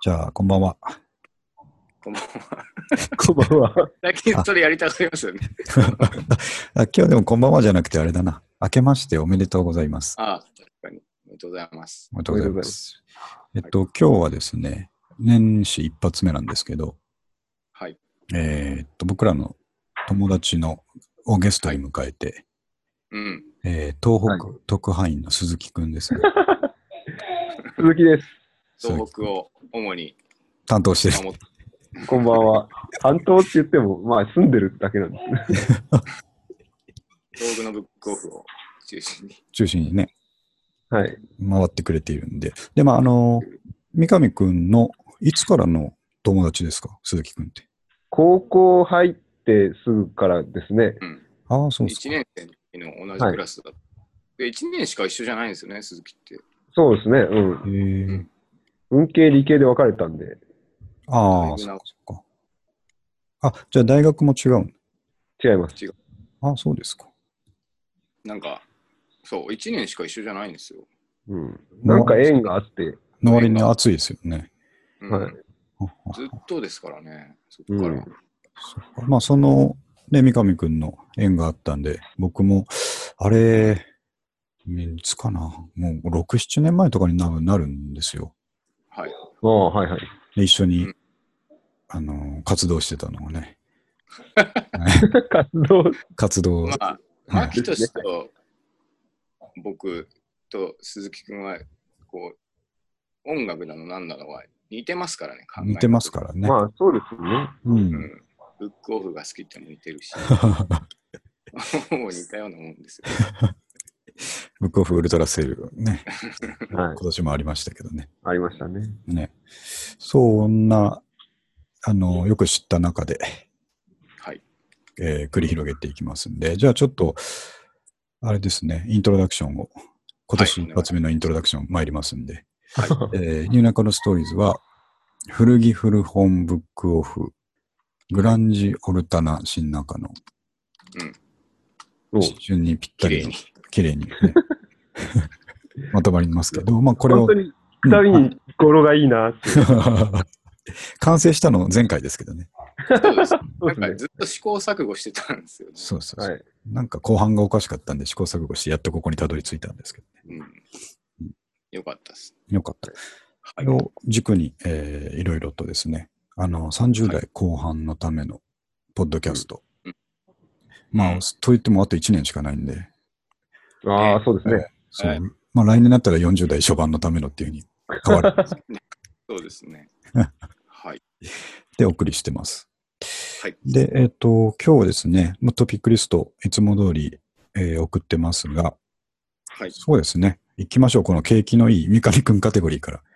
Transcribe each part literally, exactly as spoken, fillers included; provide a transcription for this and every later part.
じゃあ、こんばんは。 こんばんは。 こんばんは。 最近それやりたがりますよね。 あ今日でもこんばんはじゃなくてあれだな。明けましておめでとうございます。 ああ、確かに。おめでとうございます。 おめでとうございます。えっと、今日はですね、年始一発目なんですけど、 はい。 えーっと、僕らの友達のをゲストに迎えて、 うん。 えー東北はい特派員の鈴木くんですね。 鈴木です。 東北を主に担当してる。 守って、 こんばんは。担当って言っても、まあ住んでるだけなんですね。 東北のブックオフを中心に。 中心にね、 はい。 回ってくれているんで。で、まあ、あの、三上くんのいつからの友達ですか、鈴木くんって。 高校入ってすぐからですね。 うん。 ああ、そうです 1 か。 年生の時の同じクラスだった。で、いちねんしか一緒じゃないんですよね、鈴木って。 そうですね。うへん。 え。 文系理系で分かれたんで、 ああ、 だいぶなそっかそっか。あ、じゃあ大学も違うの？ 違います。 違う。 ああ、そうですか。 なんか、そう、いちねんしか一緒じゃないんですよ。 うん。なんか縁があって、 の割に暑いですよね。 うん。 はい。 ははずっとですからね、そっから。 うん。 そっかまあ、その、ね、三上くんの縁があったんで、僕も、あれ、いつかな、もうろく、ななねんまえとかになるなるんですよ。 はい。 ああ、はいはい。 で、一緒に、 うんあの、活動してたのがね。 活動。 活動、 まあ、 はい牧俊と僕と鈴木くんは、こう、音楽なのなんなのは似てますからね、考え方似てますからね。 まあそうですよね。 う。 うんん。ブックオフが好きってのも似てるし、もう似たようなもんですよ。 ブックオフウルトラセールね、 はい今。年もありましたけどね。 ありましたね。 ね。そんな、あの、よく知った中で、 はい。 えー繰り広げていきますんで、じゃあちょっと、あれですね、イントロダクションを、今年一発目のイントロダクション参りますんで、 はい。 えーニューナカのストーリーズは、古着古本ブックオフ、グランジオルタナ新中野、 おう順にぴったりの綺麗に。 綺麗に、ね、まとまりますけど、まあこれを本当、に二人に語呂がいいなっていう。 完成したの前回ですけどね。 そうです。 そうですねなんかずっと試行錯誤してたんですよね。 そうそうそう。 はい。 なんか後半がおかしかったんで試行錯誤してやっとここにたどり着いたんですけどね。 うん。よかったです。 よかった。 はい。 これを軸に、えーいろいろとですね、あの、さんじゅう代後半のためのポッドキャスト。 うんまあ、 うんと言ってもあといちねんしかないんで、 ああ、そうですね。 そう、 はいまあ来年になったらよんじゅう代初版のためのっていうふうに変わるそうですね。はい。 でお送りしてます。 はい。 で、えっ、と、今日はですね、まあトピックリストいつも通り、えー送ってますが、 はい。 そうですね。行きましょう。この景気のいい三上くんカテゴリーから。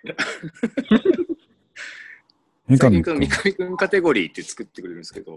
三最近上くん。 この三上くんカテゴリーって作ってくれるんですけど、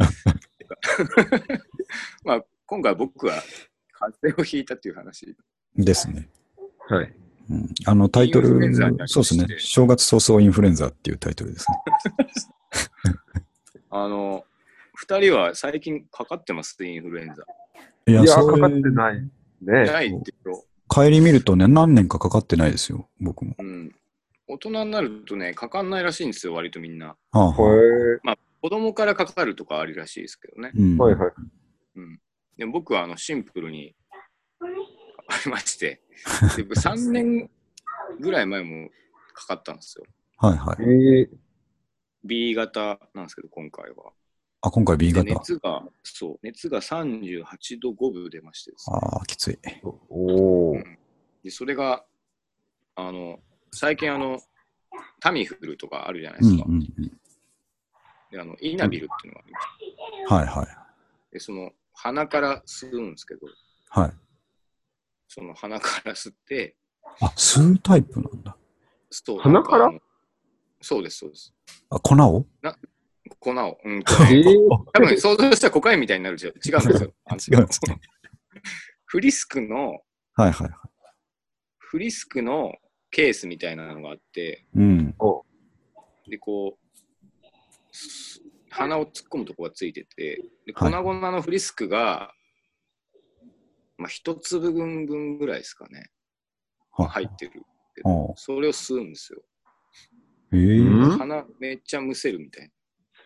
まあ今回僕は風邪をひいたっていう話。 ですね。 はい。 うん、あのタイトルインフルエンザになりましてそうですね。正月早々インフルエンザっていうタイトルですね。 あの、二人は最近かかってますインフルエンザ。 いいや、 それかかってない。ね。 ないって言うと、 帰り見るとね、何年かかかってないですよ、僕も。 うん。大人になるとね、かかんないらしいんですよ、割とみんな。 はあはあへまあ、子供からかかるとかあるらしいですけどね。 うんえ。はいはい。 うん。でも僕はあのシンプルにありまして、で僕さんねんぐらい前もかかったんですよ。 はいはい。 ええ。 B 型なんですけど、今回は。 あ、今回 B で、 型。 熱が、そう、熱がさんじゅうはちどごぶ出ましてですね。 ああ、きつい。 おお。 で、それが、あの、最近あの、タミフルとかあるじゃないですか。 うんうんうん。 で、あの、イナビルっていうのがあります。 はいはい。 で、その、鼻から吸うんですけど、 はい。 その鼻から吸って、 あ、吸うタイプなんだ。 そう鼻からなんあのそうです、そうです。 あ、粉を粉を。うん、 ええ。 多分想像したらコカインみたいになるじゃん。違うんですよ。あの違うんですね。 フリスクの、 はいはいはい。 フリスクのケースみたいなのがあって、 うん。 おで、こう、す鼻を突っ込むとこがついてて、で粉はい 々のフリスクが、まあ、一粒分分ぐらいですかね、 は入ってるけおうど、それを吸うんですよ。 えーうん鼻めっちゃむせるみたい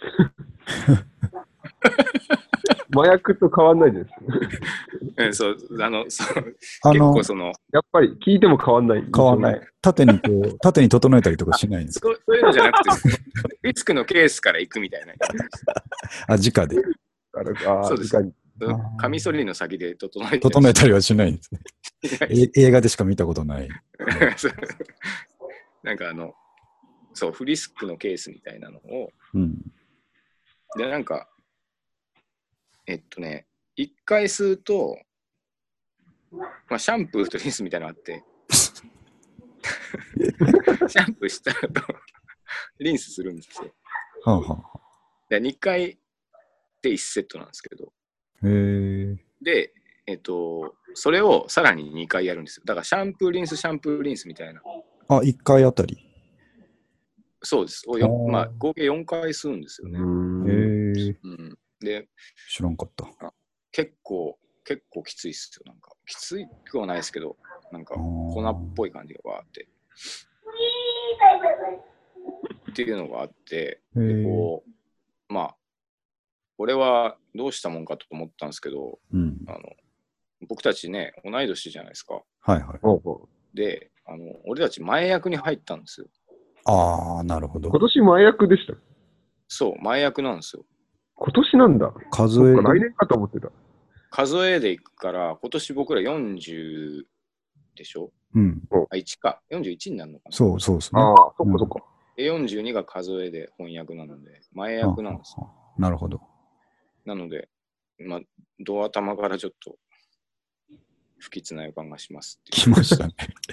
麻薬と変わんないじゃないですか。 な。うん、そう、あの、そうあの結構、その、 やっぱり聞いても変わんない。 変わんない。縦にこう、縦に整えたりとかしないんですか？ そうそういうのじゃなくて、そのリスクのケースから行くみたいなイメージです。 あ、直で。 あああ、 そうです時間に。 そのカミソリの先で整えて整えたりはしないんですね。え映画でしか見たことない。 そうなんかあの、そう、フリスクのケースみたいなのを、 うん。 で、なんか、えっとね、一回吸うと、まあ、シャンプーとリンスみたいなのがあって、シャンプーした後、リンスするんですよ。 はあ、はあ、 で、にかいでいちセットなんですけど、 へえ。 で、えっと、それをさらににかいやるんですよ。だから、シャンプー、リンス、シャンプー、リンスみたいな。 あ、いっかいあたり。 そうです。をよまあ、合計よんかい吸うんですよね。 へえ。 うん、で、 知らんかった。 結構、結構きついっすよ。なんか、きついくはないですけど、なんか、粉っぽい感じがわーって。っていうのがあって、でこう、まあ、これはどうしたもんかと思ったんですけど、 うん、 あの僕たちね、同い年じゃないですか。 はいはい。 で、あの俺たち前役に入ったんですよ。 ああ、なるほど。 今年前役でした。 そう、前役なんですよ。 今年なんだ。 数えそっか、来年かと思ってた。 数えでいくから、今年僕らよんじゅうでしょ。 うん。 あ、いちか。よんじゅういちになるのかな。 そうそうですね。 ああ、そっかそっか。 でよんじゅうにが数えで翻訳なので、前役なんですよ。 なるほど。 なので、まあ、ドア頭からちょっと不吉な予感がしますっていう。 来ましたね。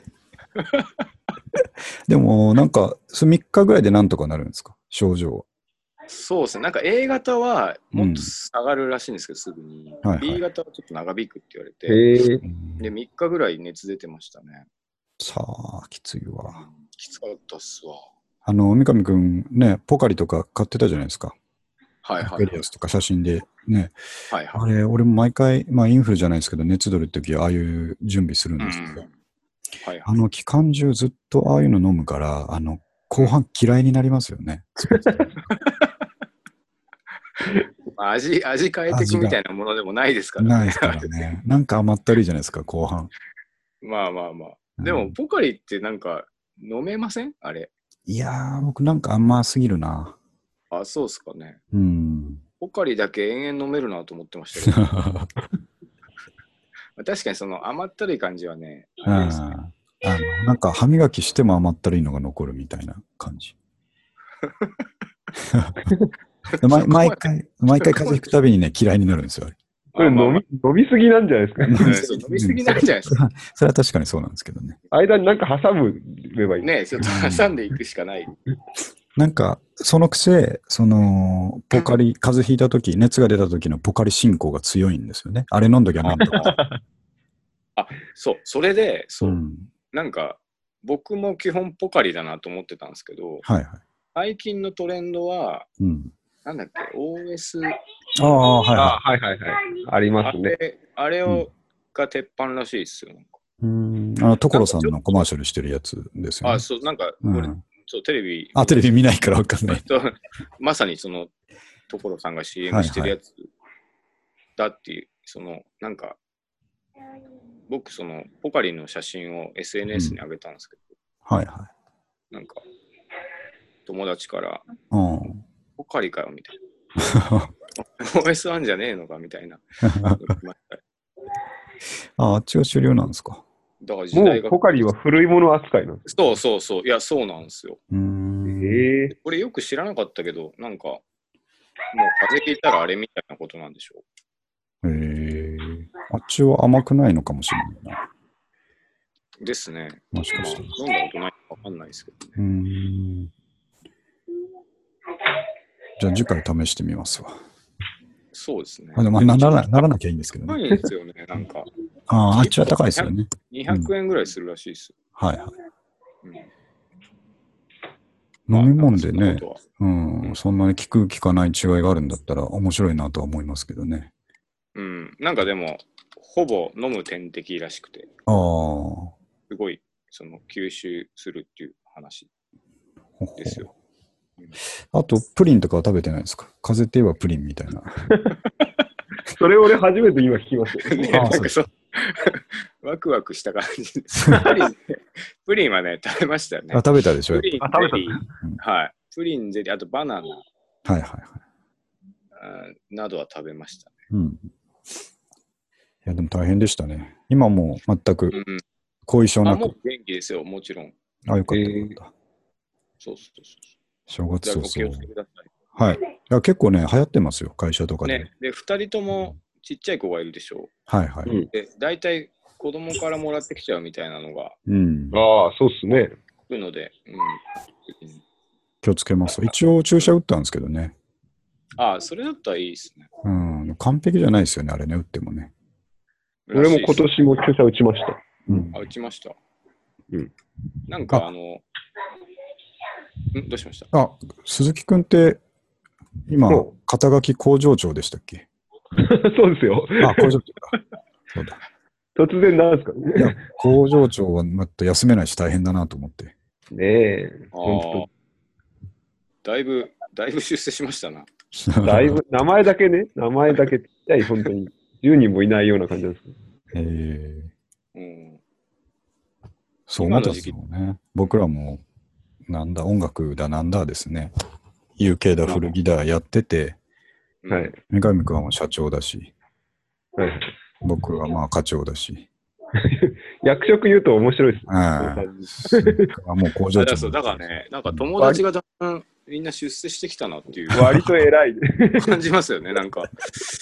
でも、なんか、みっかぐらいでなんとかなるんですか、症状は。 そうですね。なんか A 型はもっと下がるらしいんですけど、うん、すぐに。はいはい、B 型はちょっと長引くって言われて、 へで、みっかぐらい熱出てましたね。 さあ、きついわ。 きつかったっすわ。 あの、三上くんね、ポカリとか買ってたじゃないですか。 はいはい、はい。 ペリアスとか写真でね。 はいはい。 あれ、俺も毎回、まあインフルじゃないですけど、熱出るときはああいう準備するんですけど、うん、はいはい、あの期間中ずっとああいうの飲むから、あの、後半嫌いになりますよね。 味、味変えていくみたいなものでもないですからね。 ないですからね。なんか甘ったるいじゃないですか、後半。 まあまあまあ。でも、ポカリってなんか飲めませんあれ。 いやー、僕なんか甘すぎるな。 あ、そうっすかね。 うん。 ポカリだけ延々飲めるなと思ってましたけど。確かにその甘ったるい感じはね、あれですね。 あの、なんか歯磨きしても甘ったるいのが残るみたいな感じ。毎, 毎回、毎回風邪ひくたびにね、嫌いになるんですよ。 これ飲み、まあまあ、飲みすぎなんじゃないですか。 飲みすぎなんじゃないですか。 それは確かにそうなんですけどね。 間になんか挟むればいい。 ね、ちょっと挟んでいくしかない。 なんか、そのくせ、その、ポカリ、風邪ひいたとき、熱が出たときのポカリ進行が強いんですよね。あれ飲んどきゃなんとか。 あ、そう、それで、そう、うん、なんか、僕も基本ポカリだなと思ってたんですけど、 はいはい。 最近のトレンドは、 うん、 なんだっけ、オーエス。 ああ、はいはい。はいはいはい。ありますね。 あれ、あれを、が鉄板らしいですよ。 うん、あの、所さんのコマーシャルしてるやつですよね。 あ、そう、なんか、俺、うん、そう、テレビ。 あ、テレビ見ないからわかんない。 まさにその、所さんが シーエム してるやつだっていう、はいはい、その、なんか、僕、その、ポカリの写真を エスエヌエス に上げたんですけど、 うん、はいはい。 なんか、友達から、 うん、 ポカリかよ、みたいな。オーエスワン じゃねえのか、みたいな。 あ、あっちが主流なんですか。 だから時代がもうポカリは古いもの扱いなんです。 そうそうそう。いや、そうなんですよ。 うーん。 えー、 これよく知らなかったけど、なんか、もう風邪ひいたらあれみたいなことなんでしょう。へえー。あっちは甘くないのかもしれないな。 ですね。 もしかして。 まあ、飲んだことないかわかんないですけどね。 うーん。じゃあ次回試してみますわ。 そうですね。 あでもならなならなきゃいいんですけどね。 高いんですよね、なんか。 ああ、あっちは高いですよね。 にひゃくえんぐらいするらしいです。 うん、はいはい。 うん、 飲み物でね、 まあ、 うん、そんなに効く効かない違いがあるんだったら面白いなとは思いますけどね。 うん、なんかでも、ほぼ飲む点滴らしくて、 ああ。 すごい、その吸収するっていう話。 ほほですよ。 あと、プリンとかは食べてないですか？風邪って言えばプリンみたいな。 それ俺初めて今聞きましたよ。 ね、 あなんかそう、ワクワクした感じ。プリン、プリンはね、食べましたよね。 あ、食べたでしょ？ プリン、 あ食べたゼリー、はい。プリン、ゼリー、あとバナナはいはいはい。 あなどは食べましたね。 うん。いや、でも大変でしたね。今もう全くうん、 後遺症あ、 なく。 もう元気ですよ、もちろん。 あ、よかったえーよかった。 そうそうそう。 正月だからお気早々。 をつけくださはい。いや結構ね、流行ってますよ、会社とかい。 で。 ね、で、二人ともちっちゃい子がいるでしょはいはい。 うん。 で、大体子供からもらってきちゃうみたいなのがうん。 ああ、そうっすね。 来るので、うん。 気をつけます。一応注射打ったんですけどね。 ああ、それだったらいいですね。 うん。完璧じゃないですよね、あれね、打ってもね。 俺も今らしいです年も注射打ちました。 うん。 あ、打ちました。 うん。 なんかああの、んどうしました？ あ、鈴木くんって、今そ、 肩書き工場長でしたっけ？ そうですよ。 あ、工場長か。そうだ。 突然なんですかいやね。、 工場長はまた休めないし大変だなと思って。 ねえ。 あ本あ、だいぶ、だいぶ出世しましたな。 当だいぶ、名前だけね、名前だけちっちゃい、本当に。じゅうにんもいないような感じなんですけど。 えー、 うん。 そう思ったんですよね。僕らも、なんだ、音楽だなんだですね。ユーケー だ、古着だやってて、 うんはい。 三上くんはもう社長だし、 はい。 僕はまあ課長だし、 役職言うと面白いですね。 ああ、もう工場長あだそうだからね、なんか友達がだんだんみんな出世してきたなっていう割と偉い。 感じますよね、なんか。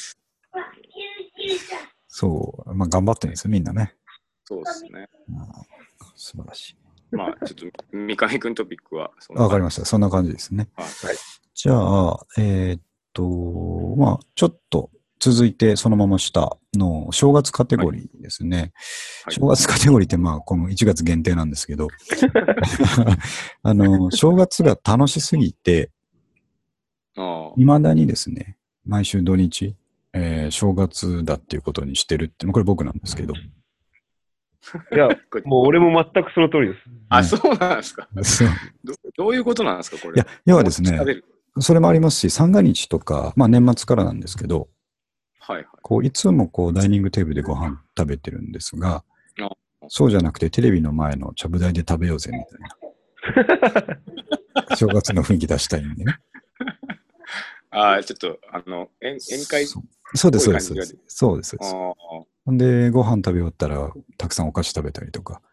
そう、まあ頑張ってるんですよ、みんなね。 そうですね。 素晴らしい。 まあ、ちょっと三上君トピックはそんな感じ。 わかりました。そんな感じですね。 はい。 じゃあ、えーっと、まあ、ちょっと続いてそのまま下の正月カテゴリーですね。 はい正月カテゴリーってまあ、このいちがつ限定なんですけど、あの、正月が楽しすぎて、 ああ、 未だにですね、毎週土日、えー正月だっていうことにしてるって、これ僕なんですけど。 いや、もう俺も全くその通りです。 あ、 ねそうなんですか。 そうどどういうことなんですか、これ。 いや、要はですねもう調べ、るそれもありますし、三が日とか、まあ年末からなんですけど、 はいはい。 こういつもこうダイニングテーブルでご飯食べてるんですがあ、 そうじゃなくてテレビの前のちゃぶ台で食べようぜみたいな。正月の雰囲気出したいんでね。 ああ、ちょっと、あの、宴宴会っそうそうです、そうです。 こういう感じがそうです。そうです。 ああ、 ほんで、ご飯食べ終わったら、たくさんお菓子食べたりとか。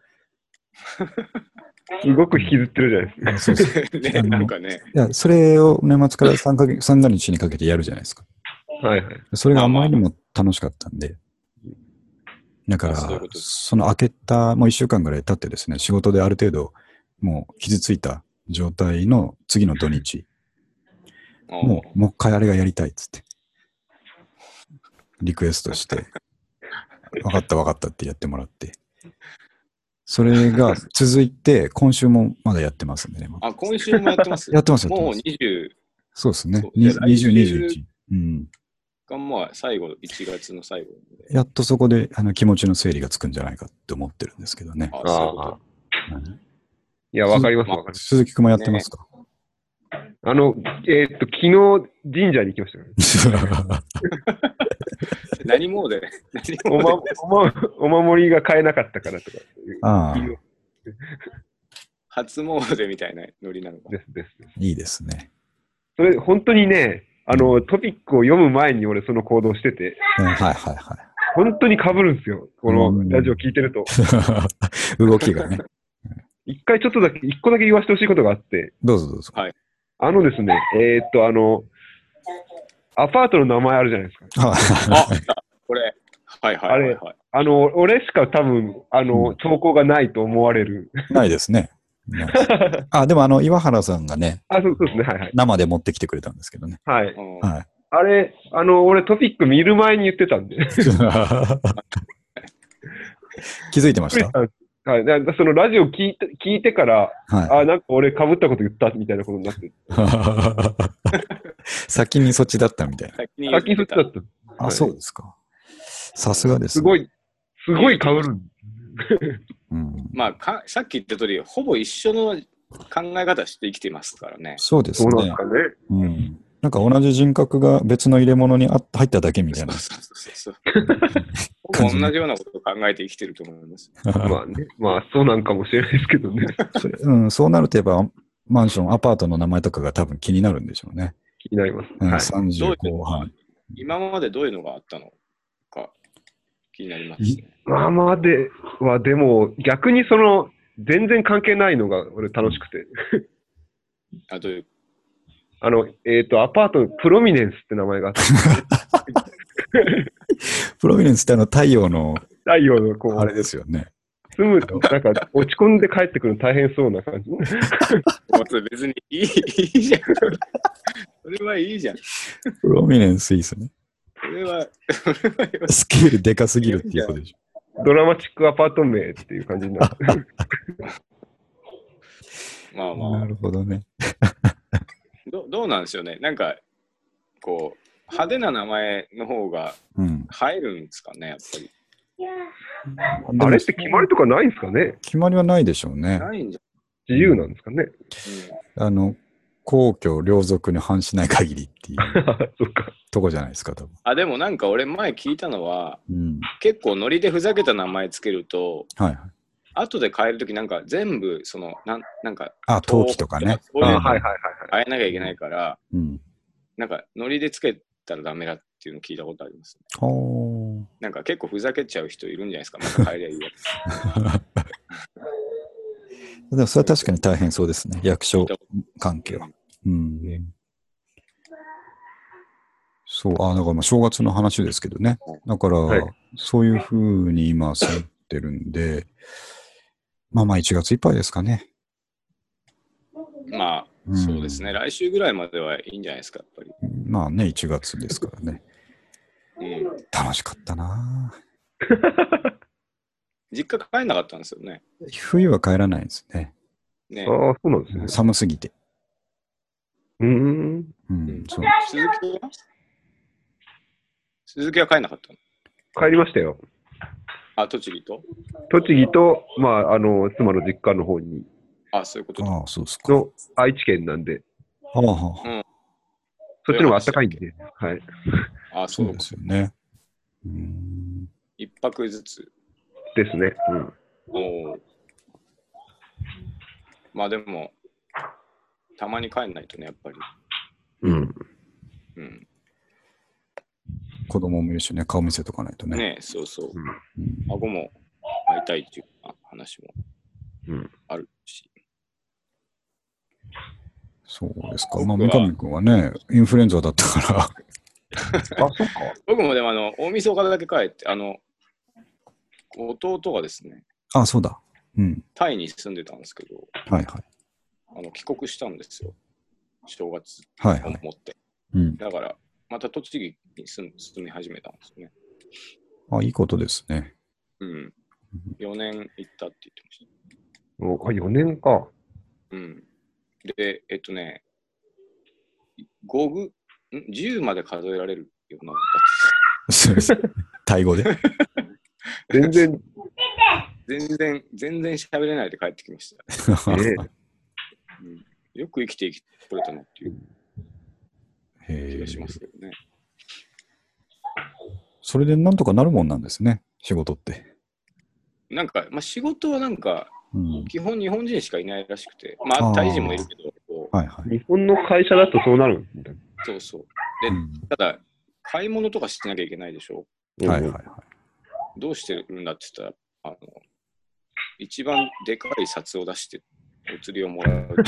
すごく引きずってるじゃないですか。 そうそう。 ね、 あのなんかね。 いや、それを年末から三か月、三が日にかけてやるじゃないですか。 はいはい。 それがあまりにも楽しかったんで。だから、 あそういうことですその開けた、もう一週間ぐらい経ってですね、仕事である程度、もう傷ついた状態の次の土日、 ああもう、もう一回あれがやりたいっつって、リクエストして、分かった分かったってやってもらって、それが続いて、今週もまだやってますんでね。 あ、今週もやってますやってます、やってもうます。 にじゅうそうですねそう。じゃあにじゅう、 来週にじゅういち。うん。 が、まあ、最後、いちがつの最後で。 やっとそこであの気持ちの整理がつくんじゃないかって思ってるんですけどね。 あそういうこああ。 うんいや、わかります、わかります。 鈴木くんもやってますか、 あの、えーっと、昨日、神社に行きましたからね。 と。何モードで何おまモードでおまお守りが買えなかったからとか。 ああいいよ初モードでみたいなノリなのか。 ですです。 いいですね。 それ、本当にね、あの、トピックを読む前に俺その行動してて、 うんはいはいはい。 本当に被るんですよ。このラジオ聞いてると。 動きがね。 一回ちょっとだけ、一個だけ言わせてほしいことがあって、 どうぞどうぞ。 あのですね、えーっと、あの、アパートの名前あるじゃないですか。 ああ、これ。はいはいはい、はい。 あの、俺しか多分、あの、兆候がないと思われる。 ないですね。あ、でもあの、岩原さんがね、 あ、そうそうですね、はいはい。 生で持ってきてくれたんですけどね。 はい。 うんはい。 あれ、あの、俺トピック見る前に言ってたんで。 気づいてましたはい。だからそのラジオ聞いて、聞いてから、 はあ、なんか俺被ったこと言ったみたいなことになって。 い。先にそっちだったみたいな。 先に言っ先にそってちだった。 あ、 はいそうですか。さすがです。 すごい、すごい被る。 うん。 まあか、さっき言った通り、ほぼ一緒の考え方して生きてますからね。 そうですね。 そうなんですかね。 うん。なんか同じ人格が別の入れ物にあ入っただけみたいなそうそうそうそう。僕も同じようなことを考えて生きてると思います。 まあね、まあそうなんかもしれないですけどね。 それうん、そうなるとやっぱマンション、アパートの名前とかが多分気になるんでしょうね。 気になります。 うん、 はい。 さんじゅうどういう後半。 今までどういうのがあったのか気になりますいね。 今まではでも逆にその全然関係ないのが俺楽しくて。 あ、どういう、 あの、えっ、と、アパートのプロミネンスって名前があって、 プロミネンスってあの太陽の太陽のこう、 あれですよね。 住む、なんか落ち込んで帰ってくるの大変そうな感じ。 それ別にいい、いいじゃん。それはいいじゃん。 プロミネンスいいですね。 それは、それはよスケールでかすぎるっていうことでしょ。 ドラマチックアパート名っていう感じになって。 まあまあなるほどね。 ど、どうなんですよね。なんか、こう、派手な名前の方がうん。 映えるんですかね、やっぱり。 あれって決まりとかないんですかね？ 決まりはないでしょうね。 ないんじ自由なんですかね？ ゃん。 あの、公共両属に反しない限りっていうそっか。 とこじゃないですか、多分。 あ、でもなんか俺前聞いたのは、 うん。 結構ノリでふざけた名前つけると、 はいはい。 後で変えるときなんか全部、その、なんなんか、 あ、陶器とかね。 そういうのあはいはいはいはい。 変えなきゃいけないから、 うん。 なんかノリでつけたらダメだっていうの聞いたことありますね。 ほー。 なんか結構ふざけちゃう人いるんじゃないですか、また変えりゃいいやつ。 でもそれは確かに大変そうですね。役所関係は。うん。そう、あ、だからまあ正月の話ですけどね。だから、 はいそういうふうに今住んでるんで、まあまあいちがついっぱいですかね。 まあ、 うんそうですね。来週ぐらいまではいいんじゃないですか、やっぱり。 まあね、いちがつですからね。 うん。 楽しかったな実家帰んなかったんですよね。 冬は帰らないですね。 ねああ、そうなんですね。 寒すぎて。 うーん。 うん、そう。 鈴木は鈴木は帰んなかったの帰りましたよ。 あ、栃木と栃木と、まあ、あの、妻の実家の方に、 あ、そういうことか。 ああ、そうですか。 の愛知県なんで、 はあはあ、 うんそっちの方が暖かいんで、はい。 あ、そかそううですよね。うーん。 一泊ずつ。 ですね。うん。 おーまあでも、たまに帰んないとね、やっぱり。 うん。 うん。 子供もいるしね、顔見せとかないとね。 ねそうそう。 うん孫も会いたいっていう話もうん。 あるし。 そうですか。 僕はまあ、三上君はね、インフルエンザだったから。 あ、そっか。 僕もでもあの、大晦日だけ帰って、あの、弟がですね、 あ、そうだ。うん。 タイに住んでたんですけど、 はいはい。 あの帰国したんですよ。正月はいはい。 を持って。 うん。 だから、また栃木に住ん住み始めたんですよね。 あ、いいことですね。 うん。よねん行ったって言ってましおあ、よねんか。 た。うん。で、えっとね、ごぐ、ん ?じゅう まで数えられるようになったそうです。タイ語で。 全然、 全然、全然喋れないで帰ってきました。 ええうん、よく生きてきこれたなっていう気へえがしますけどね。 それでなんとかなるもんなんですね、仕事って。 なんか、まあ、仕事はなんか、 うん。 基本日本人しかいないらしくて、まあ、 あータイ人もいるけど、こうはいはい。 日本の会社だとそうなるんですね。 そうそう。でうんただ、買い物とかしなきゃいけないでしょ。 はいはいはい。 どうしてるんだって言ったら、あの、一番でかい札を出して、お釣りをもらう。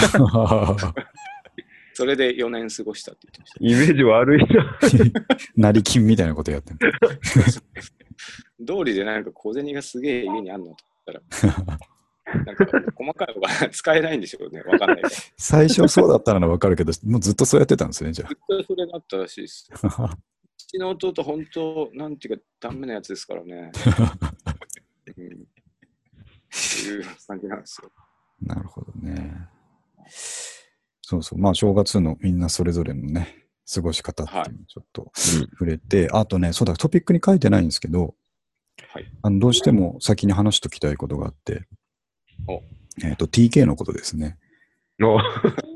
それでよねん過ごしたって言ってました。 イメージ悪いな。 成金みたいなことやってる。 道理でなんか小銭がすげえ家にあんのって言ったら、なんか細かいのが使えないんでしょうね。わかんないから。ず最初そうだったならわかるけど、もうずっとそうやってたんですね、じゃっとそれだったらしいです。うあ。 ちの弟、本当、なんていうか、ダメなやつですからね。うん、っていう感じなんですよ。 なるほどね。そうそう。まあ、正月のみんなそれぞれのね、過ごし方っていうのをちょっと触れて、あとね、そうだ、トピックに書いてないんですけど、 はい。 あのどうしても先に話しときたいことがあってお、 えっと、ティーケー のことですね。 おうん、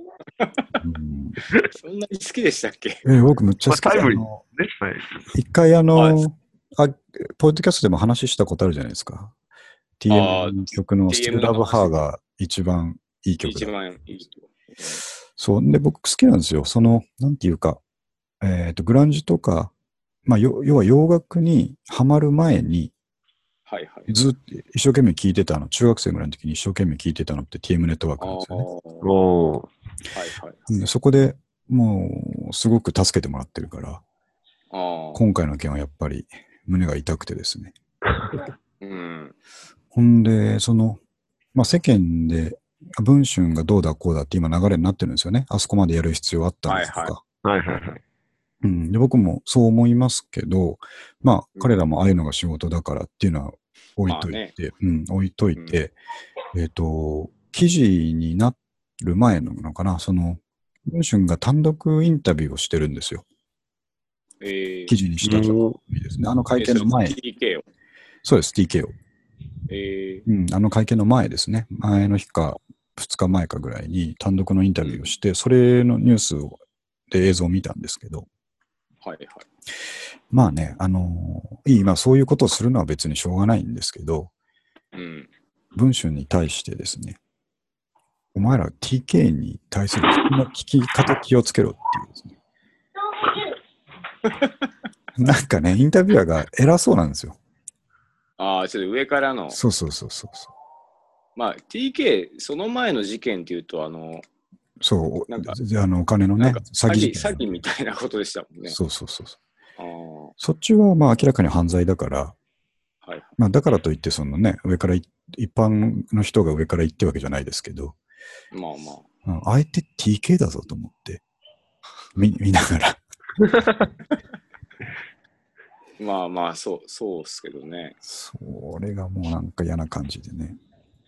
そんなに好きでしたっけ？ えー僕むっちゃまあ、 好きで、 タイムリーあのね。はい。 一回あの、 はいあ、ポッドキャストでも話したことあるじゃないですか。 ああ、 ティーエム 曲の Still ティーエム の Love 話 Her が一番いい曲だ。 一番いいと。 そう。で、僕好きなんですよ。その、なんていうか、えっと、グランジとか、まあ、よ要は洋楽にハマる前に、 はいはい。 ずっと一生懸命聴いてたの、中学生ぐらいの時に一生懸命聴いてたのって ティーエム ネットワーああ、 クなんですよね。 おー。 はいはい。 でそこでもう、すごく助けてもらってるから、 ああ、 今回の件はやっぱり胸が痛くてですね。 うん。 ほんで、その、まあ、世間で文春がどうだこうだって今流れになってるんですよね。あそこまでやる必要あったんですとか。 はいはいはいはい。 うん、で僕もそう思いますけど、まあ、 うん彼らもああいうのが仕事だからっていうのは置いといて、 まあねうん、置いといて、えっ、と、記事になる前ののかな、その、文春が単独インタビューをしてるんですよ。 えー、 記事にしたとうんいいですね。あの会え、それ見の前、 ティーケー を。 そうです、ティーケー を。 えうん、あの会見の前ですね。前の日か、ふつかまえかぐらいに単独のインタビューをして、それのニュースをで映像を見たんですけど、 ー、はいはい。 まあね、あのいい、まあそういうことをするのは別にしょうがないんですけど、 うん。 文春に対してですね、お前ら ティーケー に対する聞き方気をつけろっていうですね。なんかね、インタビュアーが偉そうなんですよ。 ああ、ちょっと上からの。 そうそうそうそうそまあ、ティーケー、その前の事件っていうと、あの、 う。そう、 なんかあのお金のねなんか、詐欺、 詐欺事件。 詐欺みたいなことでしたもんね。 そうそうそうそう。 ああ、はそっちはまあ明らかに犯罪だから、 いはい。 まあだからといってそのね、上からい一般の人が上から言ってるわけじゃないですけど、 まあまあ。 うん相手 ティーケー だぞと思って、見見ながら。 まあまあ、そう、そうっすけどね。 それがもうなんか嫌な感じでね。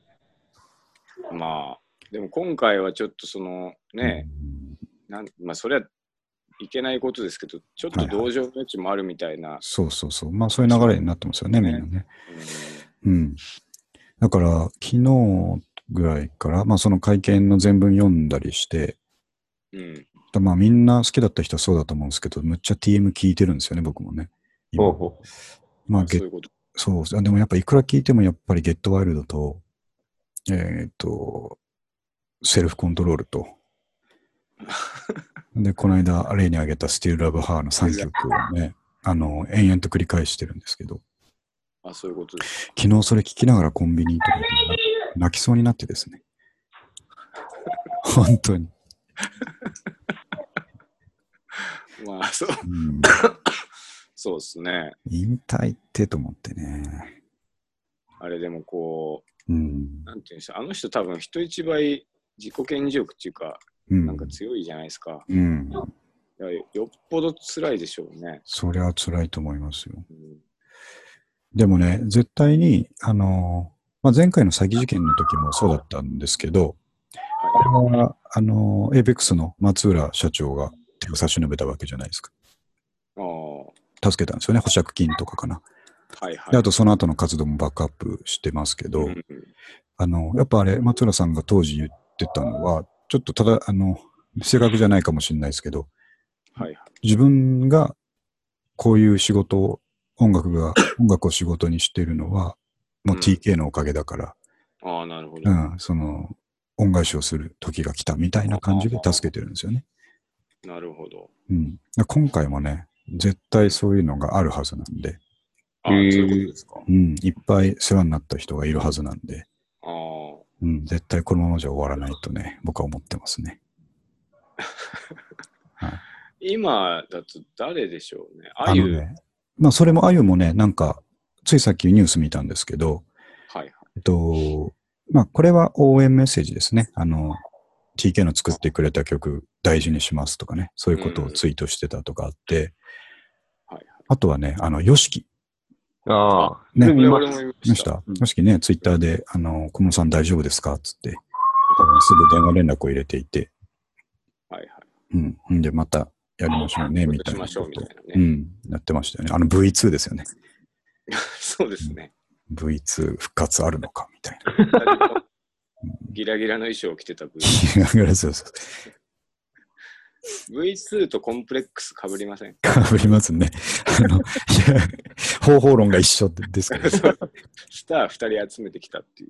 まあ、でも今回はちょっとそのね、 うんなんまあ、それはいけないことですけど、ちょっと同情の余地もあるみたいな。 そうそうそう。まあそういう流れになってますよね、 ねみんなね。 うんうん。だから、昨日ぐらいから、まあその会見の全文読んだりして、 うん。 まあみんな好きだった人はそうだと思うんですけど、むっちゃ ティーエム 聞いてるんですよね、僕もね。今ほうほまあ、ゲそういうこと。 そう。でもやっぱいくら聞いてもやっぱりゲットワイルドと、えっ、と、セルフコントロールと、で、この間例に挙げた Still Love Her のさんきょくをね、あの、延々と繰り返してるんですけど、 あ、そういうことです。 昨日それ聞きながらコンビニとかで泣きそうになってですね。本当に。 まあ、そう。 うん、 そうですね。 引退ってと思ってね。 あれでもこうん。 う、なんていうんでしょう、あの人多分人一倍自己顕示欲っていうか、 うん。 なんか強いじゃないですか。 うん。 いやよっぽど辛いでしょうね。 そりゃ辛いと思いますよ。 うんでもね、絶対に、あの、まあ、前回の詐欺事件の時もそうだったんですけど、あれは、あの、エイペックスの松浦社長が手を差し伸べたわけじゃないですか。 ああ、は助けたんですよね、保釈金とかかな。 いはい。 であとその後の活動もバックアップしてますけど、 うんあの、やっぱあれ、松浦さんが当時言ってたのは、ちょっとただ、あの、正確じゃないかもしれないですけど、 はいはい。 自分がこういう仕事を、音楽が、音楽を仕事にしているのは、もう ティーケー のおかげだから、 ああ、なるほど。 うん、その、恩返しをする時が来たみたいな感じで助けてるんですよね。 なるほど。 うん。今回もね、絶対そういうのがあるはずなんで、 ああ、そういうことですか。 うん、いっぱい世話になった人がいるはずなんで、 ああ。 うん、絶対このままじゃ終わらないとね、僕は思ってますね。はい、 今だと誰でしょうね。 あゆ。ね、まあそれもあゆもね、なんか、ついさっきニュース見たんですけど、 はいはい。 えっと、まあこれは応援メッセージですね。あの、ティーケー の作ってくれた曲大事にしますとかね、そういうことをツイートしてたとかあって、うんはいはい、あとはね、あの、ヨシキ。 ああ、 ね、 見ました。ヨシキね、ツイッターで、あの、小室さん大丈夫ですかつって、多分すぐ電話連絡を入れていて、 はいはい。 うん。で、またやりましょうね、みたいなこと。 ね、 うん。やってましたよね。あの ブイツー ですよね。 そうですね。 ブイツー 復活あるのか、みたいな。 ギラギラの衣装を着てた ブイ。 そうそう。 ブイツー とコンプレックス被りません？ 被りますね。あの、いや、方法論が一緒ですから、ね、 スターふたり集めてきたっていう。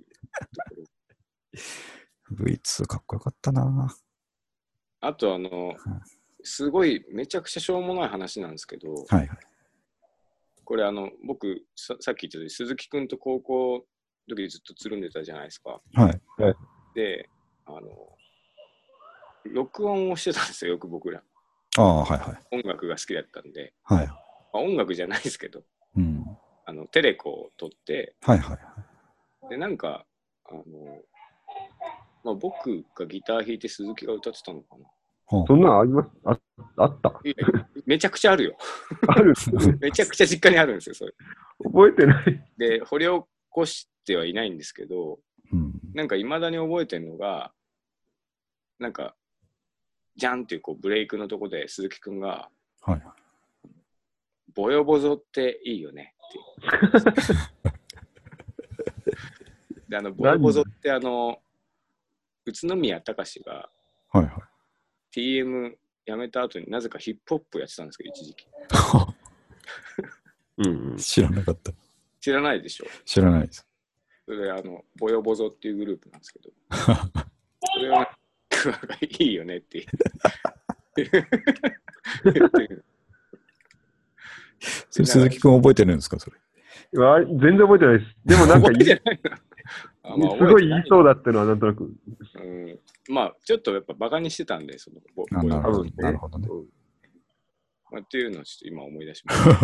ブイツー かっこよかったな。 あと、あの、すごい、めちゃくちゃしょうもない話なんですけど、 はいはい、 これ、あの、僕さ、さっき言ったように、鈴木くんと高校の時ずっとつるんでたじゃないですか。 はい。 で、あの、録音をしてたんですよ、よく僕ら。 ああ、はいはい。 音楽が好きだったんで。 はい。 まあ、音楽じゃないですけど、 うん、 あのテレコを撮って、 はいはいはい。 で、なんか、あの、まあ、僕がギター弾いて鈴木が歌ってたのかな。 そんなのあります？あ、あったいやめちゃくちゃあるよ。 あるめちゃくちゃ実家にあるんですよ、それ。 覚えてない。 で、掘り起こしてはいないんですけど、 うん、なんかいまだに覚えてるのが、なんか、じゃんっていうこうブレイクのとこで鈴木くんが、 はい、 ボヨボゾっていいよねってで、あの、ボヨボゾってあの、宇都宮隆が、 はいはい、 ティーエム 辞めた後になぜかヒップホップやってたんですけど、一時期。 うん、 知らなかった。 知らないでしょ？ 知らないです。 それで、あの、ボヨボゾっていうグループなんですけど、それは、いいよねって言ってる。 それ鈴木くん覚えてるんですか、それ。 全然覚えてないです。でもなんか言い、 あまあ、 すごい言いそうだってのはなんとなく。 うん、まあ、ちょっとやっぱバカにしてたんで、そのボあ、なるほど、 ね、 なるほどね。 まあ、っていうのをちょっと今思い出しました。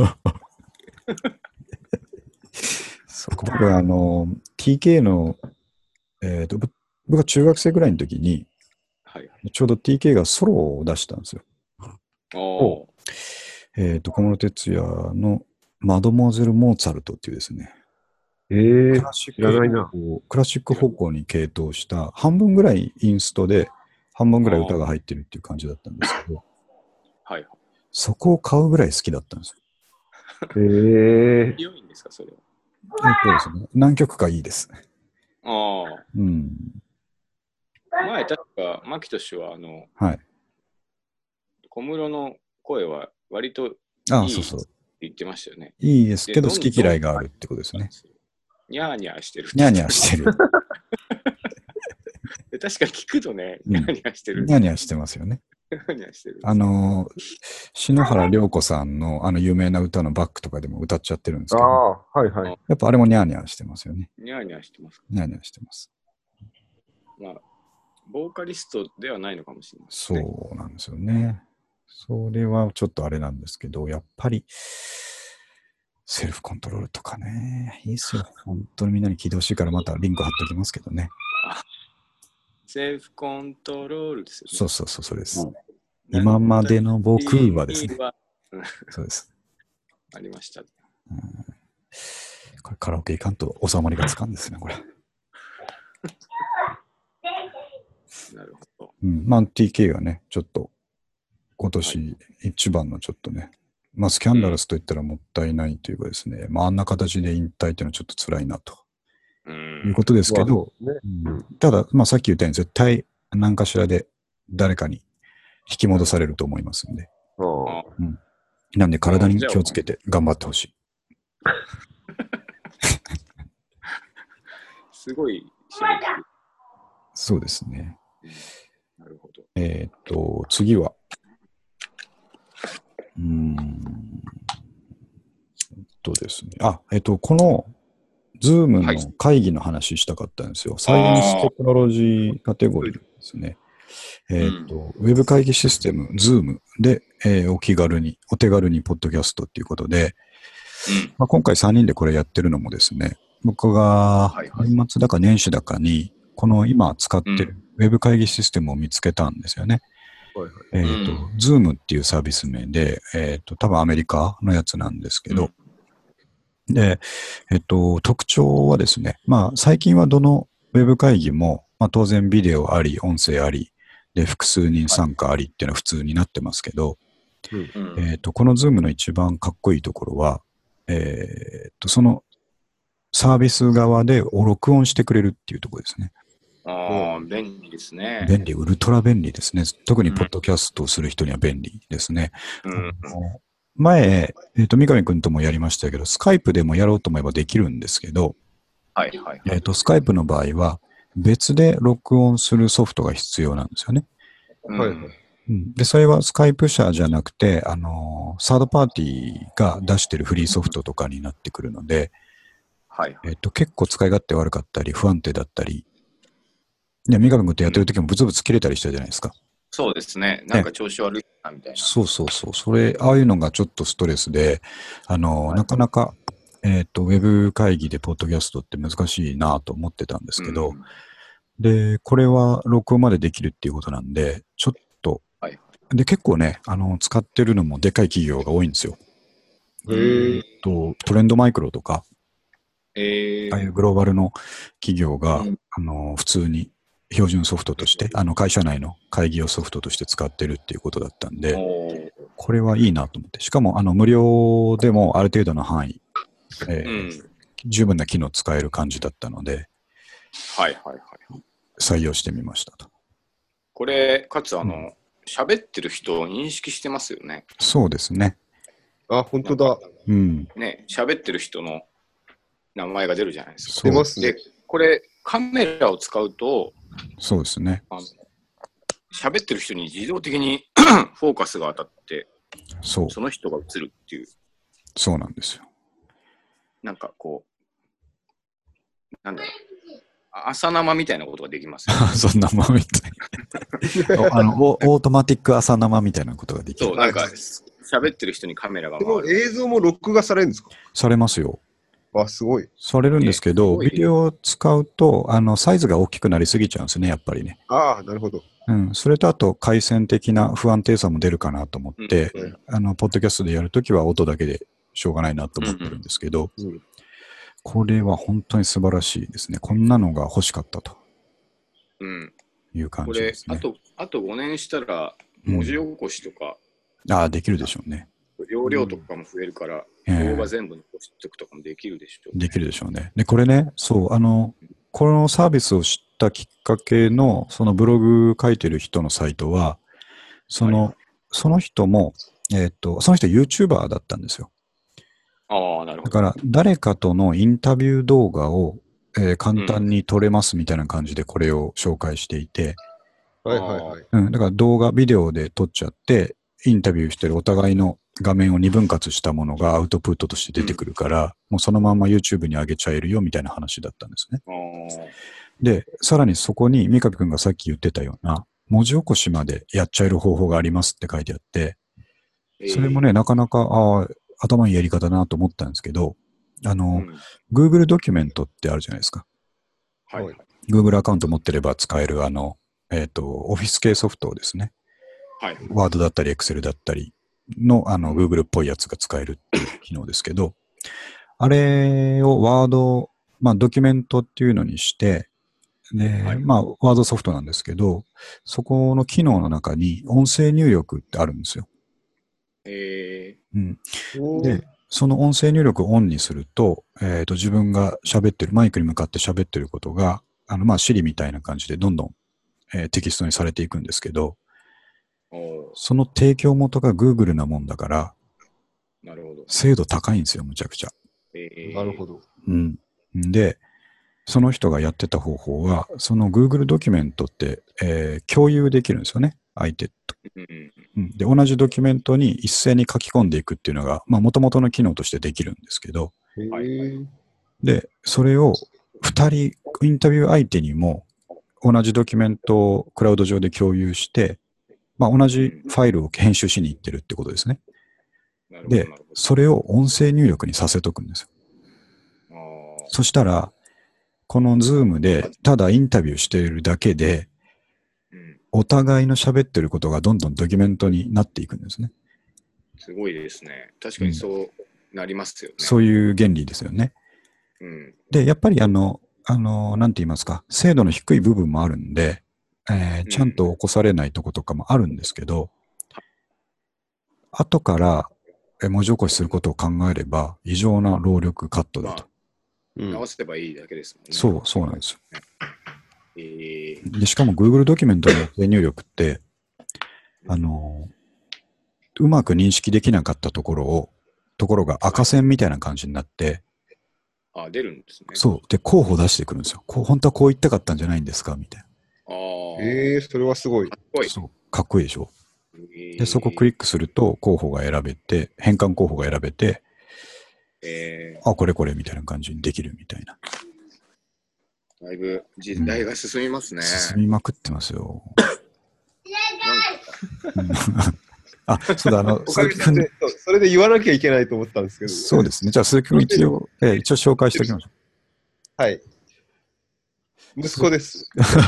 そうか、僕はあの、ティーケー の、えっと、僕が中学生ぐらいの時に、はい、ちょうど ティーケー がソロを出したんですよ。 おえっと、小室哲哉のマドモアゼル・モーツァルトっていうですね、 えー、 クラシック、知らないな。クラシック方向に傾倒した、半分ぐらいインストで、半分ぐらい歌が入ってるっていう感じだったんですけど、 はい、 そこを買うぐらい好きだったんですよ。 えー、 良いんですか、それは。 そうですね。何曲かいいです。 ああ。 うん。 前、確か、牧俊は、あの、 はい。 小室の声は割といいって言ってましたよね。 いいですけど、好き嫌いがあるってことですね。 ニャーニャーしてる。 ニャーニャーしてる。 確か聞くとね、ニャーニャーしてる。 ニャーニャーしてますよね。あの、篠原涼子さんのあの有名な歌のバックとかでも歌っちゃってるんですけど、 あ、はいはい、 やっぱあれもニャーニャーしてますよね。 ニャーニャーしてます。 ニャーニャーしてます。 まあ、ボーカリストではないのかもしれない、 ね。そうなんですよね。それはちょっとあれなんですけど、やっぱりセルフコントロールとかね、いいっすよ。本当にみんなに聞いてほしいからまたリンク貼っておきますけどね。 セルフコントロールですよね。 そうそうそう、それです。うん、今までの僕はですね。そうです。 ありました、うん。 これカラオケいかんと収まりがつかんですね、これ。 なるほど。 うん、まあ ティーケー がね、ちょっと今年一番のちょっとね、はい、まあスキャンダラスといったらもったいないというかですね、うん、まああんな形で引退っていうのはちょっと辛いなと、うん、いうことですけど、ねうん、ただ、まあさっき言ったように絶対何かしらで誰かに引き戻されると思いますんで、うん、なんで体に気をつけて頑張ってほしい。 すごいそうですね。 なるほど。 えっと、次は、うーん、えっとですね、あ、えっと、この、ズームの会議の話したかったんですよ。はい、サイエンステクノロジーカテゴリーですね。えっと、うん、ウェブ会議システム、ズームで、えー、お気軽に、お手軽にポッドキャストっていうことで、うんまあ、今回さんにんでこれやってるのもですね、僕が年末だか年始だかに、この今使ってるウェブ会議システムを見つけたんですよね。うん、えっと、ズームっていうサービス名で、えっと、多分アメリカのやつなんですけど、うん、で、えっと、特徴はですね、まあ、最近はどのウェブ会議も、まあ、当然ビデオあり、音声あり、で、複数人参加ありっていうのは普通になってますけど、うん、えっと、このズームの一番かっこいいところは、えっと、そのサービス側で録音してくれるっていうところですね。 ああ、便利ですね。 便利、ウルトラ便利ですね。特にポッドキャストをする人には便利ですね。 うん。 前、えっ、と、三上くんともやりましたけど、スカイプでもやろうと思えばできるんですけど、 はいはいはい。 えっ、と、スカイプの場合は、別で録音するソフトが必要なんですよね。 うんはいはい。 うん、で、それはスカイプ社じゃなくて、あの、サードパーティーが出してるフリーソフトとかになってくるので、 はいはい。 えっ、と、結構使い勝手悪かったり、不安定だったり、ね、三上くんとやってる時もブツブツ切れたりしたじゃないですか。 そうですね。なんか調子悪いなみたいな。 そうそうそう。それ、ああいうのがちょっとストレスで、あの、 はいなかなか、えっ、と、ウェブ会議でポッドキャストって難しいなと思ってたんですけど、 うんで、これは録音までできるっていうことなんで、ちょっと、 はいで、結構ね、あの、使ってるのもでかい企業が多いんですよ。 へえ。 と、トレンドマイクロとか、 えーああいうグローバルの企業が、 うんあの、普通に標準ソフトとして、あの、会社内の会議用ソフトとして使ってるっていうことだったんで、 おーこれはいいなと思って。しかも、あの、無料でもある程度の範囲、えーうん。 十分な機能使える感じだったので、 はいはいはい。 採用してみましたと。 これ、かつあうんの、喋ってる人を認識してますよね。 そうですね。 あ、本当だ。 うん。 ね、喋ってる人の名前が出るじゃないですか。 そう出ますねで。、これ、カメラを使うと、 そうですね。 あの喋ってる人に自動的にフォーカスが当たって、 そう。 その人が映るっていう、 そうなんですよ。 なんかこう、なんだろう、あ朝生みたいなことができますよね。 そんなまみたいな。あの、オオートマティック朝生みたいなことができる。 そう、なんか、喋ってる人にカメラがこの回る。 映像も録画されるんですか？ されますよ。 あ、すごい。 されるんですけど、 ねすごいビデオを使うと、あの、サイズが大きくなりすぎちゃうんですね、やっぱりね。 ああ、なるほど。 うん。それとあと、回線的な不安定さも出るかなと思って、 うんうんあの、ポッドキャストでやるときは音だけでしょうがないなと思ってるんですけど、 うん。 これは本当に素晴らしいですね。こんなのが欲しかったとうん。 いう感これじです、ね。 あと、あとごねんしたら、文字起こしとか、 ああ、できるでしょうね。 容量とかも増えるから、 ええ動画全部残しておくとかもできるでしょう、ね。 できるでしょうね。で、これね、そう、あの、このサービスを知ったきっかけの、そのブログ書いてる人のサイトは、その、 はいその人も、えっ、と、その人 YouTuber だったんですよ。 ああ、なるほど。 だから、誰かとのインタビュー動画を、えー簡単に撮れますみたいな感じでこれを紹介していて、 はいはいはい。 うん、だから動画、ビデオで撮っちゃって、インタビューしてるお互いの画面を二分割したものがアウトプットとして出てくるから、うん、もうそのまま YouTube に上げちゃえるよみたいな話だったんですね。で、さらにそこに三上くんがさっき言ってたような、文字起こしまでやっちゃえる方法がありますって書いてあって、それもね、えー、なかなか、ああ、頭いいやり方だなと思ったんですけど、あの、うん、Google ドキュメントってあるじゃないですか。 はい。 Google アカウント持ってれば使える、あの、えっと、オフィス系ソフトですね。 はい。 Word だったり Excel だったりの、あの、Google っぽいやつが使えるっていう機能ですけど、あれを Word、まあ、ドキュメントっていうのにして、で、はい、まあ、Word ソフトなんですけど、そこの機能の中に音声入力ってあるんですよ。 えー、うん。で、その音声入力をオンにすると、えっと、自分が喋ってる、マイクに向かって喋ってることが、あの、まあ、Siri みたいな感じでどんどん、えー、テキストにされていくんですけど、その提供元が Google なもんだから、 なるほど。 精度高いんですよ、むちゃくちゃ。 えー、 なるほど。 うん。で、その人がやってた方法は、その Google ドキュメントって、えー、共有できるんですよね、相手と。うん、で、同じドキュメントに一斉に書き込んでいくっていうのが、まあ、元々の機能としてできるんですけど、で、それを二人、インタビュー相手にも同じドキュメントをクラウド上で共有して、まあ、同じファイルを編集しに行ってるってことですね。で、それを音声入力にさせとくんですよ。そしたら、このズームでただインタビューしているだけで、お互いの喋ってることがどんどんドキュメントになっていくんですね。 すごいですね。確かにそうなりますよね。 うん、そういう原理ですよね。 うん、 で、やっぱりあの、あの、なんて言いますか、精度の低い部分もあるんで、えー、ちゃんと起こされないとことかもあるんですけど、うん、後から文字起こしすることを考えれば、異常な労力カットだと。 まあ、直せばいいだけですもんね。 そう、そうなんですよ。 えー、 で、しかも Google ドキュメントの音声入力って、あの、うまく認識できなかったところを、ところが赤線みたいな感じになって、 あ、出るんですね。 そう。で、候補出してくるんですよ。こう本当はこう言ったかったんじゃないんですかみたいな。 ああ。 ええー、それはすごい。 かっこいい。 そう。かっこいいでしょ。 えー、 で、そこをクリックすると、候補が選べて、変換候補が選べて、 えー、 あ、これこれみたいな感じにできるみたいな。 だいぶ時代が進みますね。 うん、進みまくってますよ。 なんかあ、そうだ、あの、 鈴木君。それで言わなきゃいけないと思ったんですけど。 そうですね。じゃあ、鈴木君一応、えー、一応紹介しておきましょう。 はい。息子です。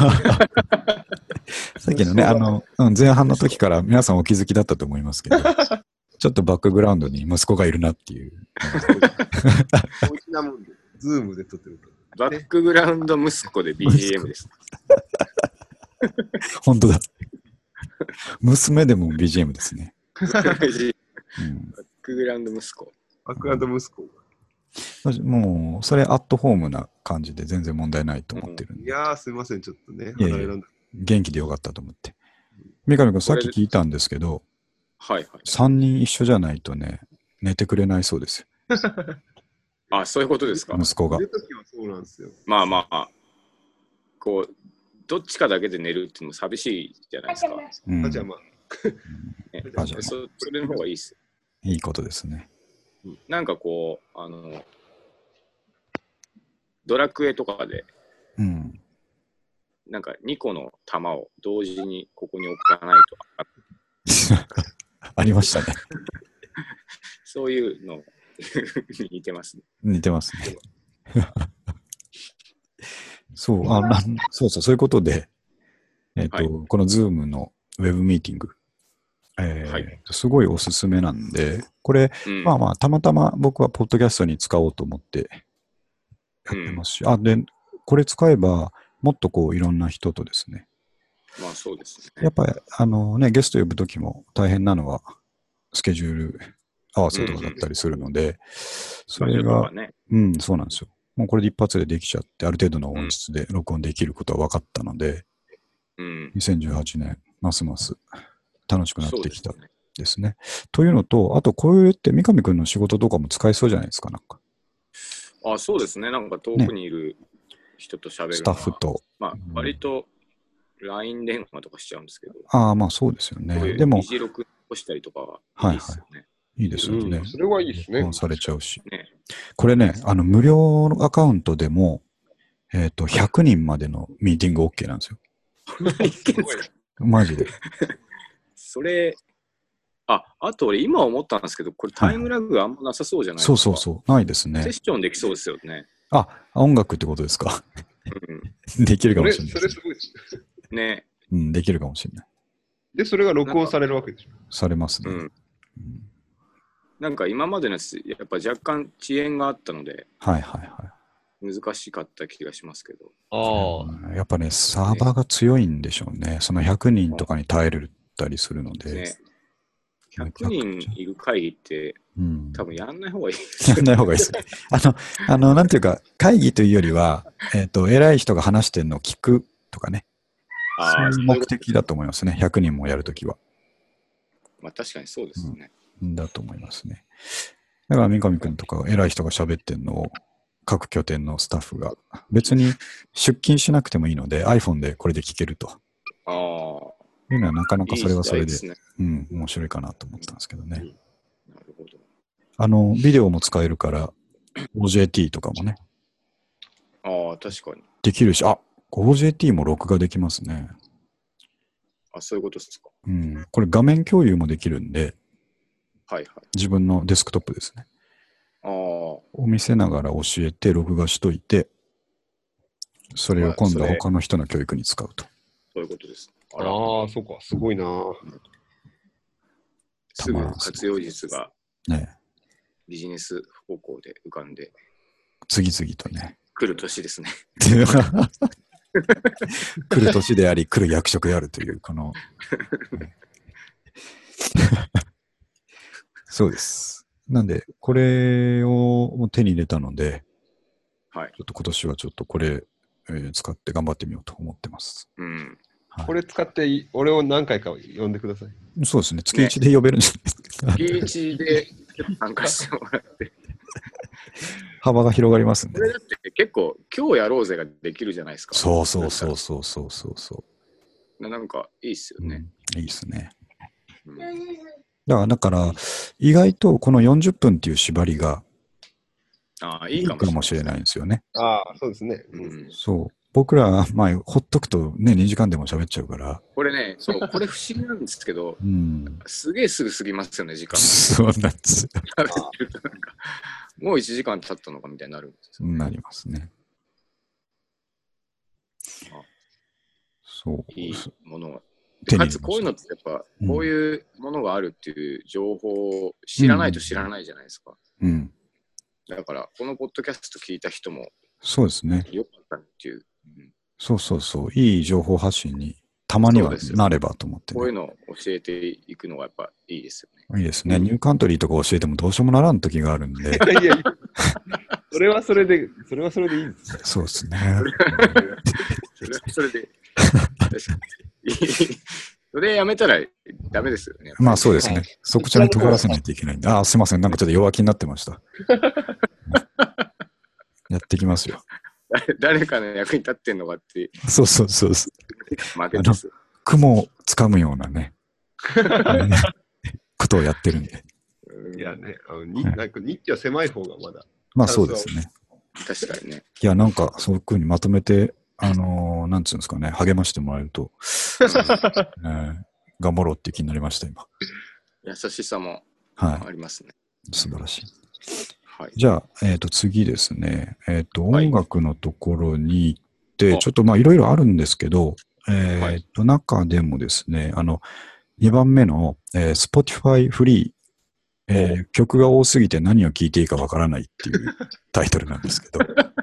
さっきのね、あの、うん、前半の時から皆さんお気づきだったと思いますけど、ちょっとバックグラウンドに息子がいるなっていう。 大きなもんで、ズームで撮ってる。 バックグラウンド息子で ビージーエム です。 本当だ。娘でも ビージーエム ですね。 うん、バックグラウンド息子。 バックグラウンド息子。 もう、それアットホームな感じで全然問題ないと思ってるんで。 うん、いやー、すいません、ちょっとね。 いやいや元気でよかったと思って。三上君、さっき聞いたんですけど、 はいはい。 さんにん一緒じゃないとね、寝てくれないそうですよ。 あ、そういうことですか。 息子が。 寝るときはそうなんですよ。 まあまあ、こう、どっちかだけで寝るっていうのも寂しいじゃないですか。 うん、 パジャマ。 ね、パジャマ。そ, それの方がいいっす。 いいことですね。 なんかこう、あの、ドラクエとかで、 うん、 なんかにこの弾を同時にここに置かないとありましたね。 そういうのに似てますね。 似てますね。そう、あなそうそう、そういうことで、えっと、はい、この Zoom のウェブミーティング、えーはい、すごいおすすめなんで、これ、うん、まあまあ、たまたま僕はポッドキャストに使おうと思ってやってますし、うん、あ、で、これ使えば、もっとこう、いろんな人とですね。 まあそうですね。 やっぱり、あのね、ゲスト呼ぶときも大変なのは、スケジュール合わせとかだったりするので、うんうん、それが、ね、うん、そうなんですよ。もうこれで一発でできちゃって、ある程度の音質で録音できることは分かったので、うん、にせんじゅうはちねん、ますます楽しくなってきたですね。というのと、あとこういうって三上くんの仕事とかも使えそうじゃないですか、なんか。 あ、そうですね。なんか遠くにいる人と喋る、ね、 スタッフと。 まあ、割と ライン 電話とかしちゃうんですけど。 ああ、まあそうですよね。でも。 議事録をしたりとかはいいですよね。はいはい、 いいですよね、 うん。それはいいですね。 録音されちゃうし。ね、これね、あの、無料のアカウントでも、えっと、ひゃくにんまでのミーティング OK なんですよ。マジで。 それ、あ、あと俺今思ったんですけど、これタイムラグがあんまなさそうじゃないですか。はい、 そうそうそう。ないですね。 セッションできそうですよね。 あ、音楽ってことですか。うん、できるかもしれない、 ね。それすごいですね。 うん、できるかもしれない。 で、それが録音されるわけでしょ。 されますね。うんうん、なんか今までのやつ、やっぱ若干遅延があったので、 はいはいはい。 難しかった気がしますけど。 ああ、やっぱね、サーバーが強いんでしょうね。そのひゃくにんとかに耐えれたりするので。ね、 ひゃくにんいる会議って、うん、多分やんない方がいい。 やんない方がいいですね。あの、あの、なんていうか、会議というよりは、えっと、偉い人が話してるのを聞くとかね。そういう目的だと思いますね。ひゃくにんもやるときは。 まあ確かにそうですね。 うん、だと思いますね。だから三上くんとか偉い人が喋ってるのを各拠点のスタッフが別に出勤しなくてもいいので iPhone でこれで聞けると。 ああ。 いうのはなかなかそれはそれで、 いいですね、 うん、面白いかなと思ったんですけどね。 うん、なるほど。 あの、ビデオも使えるから オージェーティー とかもね。 ああ、確かに。 できるし、あ、オージェーティー も録画できますね。 あ、そういうことですか。 うん。これ画面共有もできるんで、 はいはい。 自分のデスクトップですね。 ああ。 を見せながら教えて、録画しといて、それを今度は他の人の教育に使うと。 そういうことです。 あら、ああ、そうか、すごいな。 すぐ活用術がね、 ビジネス方向で浮かんで、 次々とね。 来る年ですね。 来る年であり、来る役職であるという、この。そうです。なんで、これを手に入れたので、 はい、 ちょっと今年はちょっとこれ、 えー使って頑張ってみようと思ってます。 うん。 はい、 これ使ってい俺を何回か呼んでください。 そうですね。月いちで呼べるんじゃないですか。 月一で参加してもらって。 幅が広がりますんで。 これだって結構、今日やろうぜができるじゃないですか。 そうそうそうそうそうそうそう。 なんかいいっすよね。 うん、いいですね。 うん、 だから、だから意外とこのよんじゅっぷんっていう縛りがあいいかもしれないんですよね。 ああ、そうですね。 うん、 そう。僕らは、まあ、ほっとくとね、にじかんでも喋っちゃうから。 これね、そう、これ不思議なんですけど、 うん、 すげえすぐ過ぎますよね、時間。 そうなんですよ。 もういちじかん経ったのかみたいになるんですよ、ね。 なりますね。そう。 いいものが。かつ、こういうのってやっぱ、こういうものがあるっていう情報を知らないと知らないじゃないですか。 うん。うん、 だから、このポッドキャスト聞いた人も、 そうですね。 よかったっていう。うん、 そうそうそう。いい情報発信にたまにはなればと思って、ね、 こういうのを教えていくのがやっぱいいですよね。 いいですね。ニューカントリーとか教えてもどうしようもならん時があるんで。 いやいや、それはそれで、それはそれでいいです。 そうですね。 それはそれで。それやめたらダメですよね。 まあそうですね。そこちゃんと尖らせないといけないんで。ああ、すいません。なんかちょっと弱気になってました。やってきますよ。 誰かの役に立ってんのかって。 そうそうそう。負けです。雲をつかむようなね。ことをやってるんで。 いやね、あのになんかニッチは狭い方がまだ。 まあそうですね。 確かにね。 いや、なんかそういうふうにまとめて、あのー、なんつうんですかね、励ましてもらえると、えー、頑張ろうっていう気になりました、今。 優しさもありますね。 はい、素晴らしい。 はい、 じゃあ、えっと、次ですね。えっと、音楽のところに行って、はい、ちょっとまあいろいろあるんですけど、えっと、中でもですね、あの、にばんめの、えー、Spotify フリー、えー、曲が多すぎて何を聴いていいかわからないっていうタイトルなんですけど。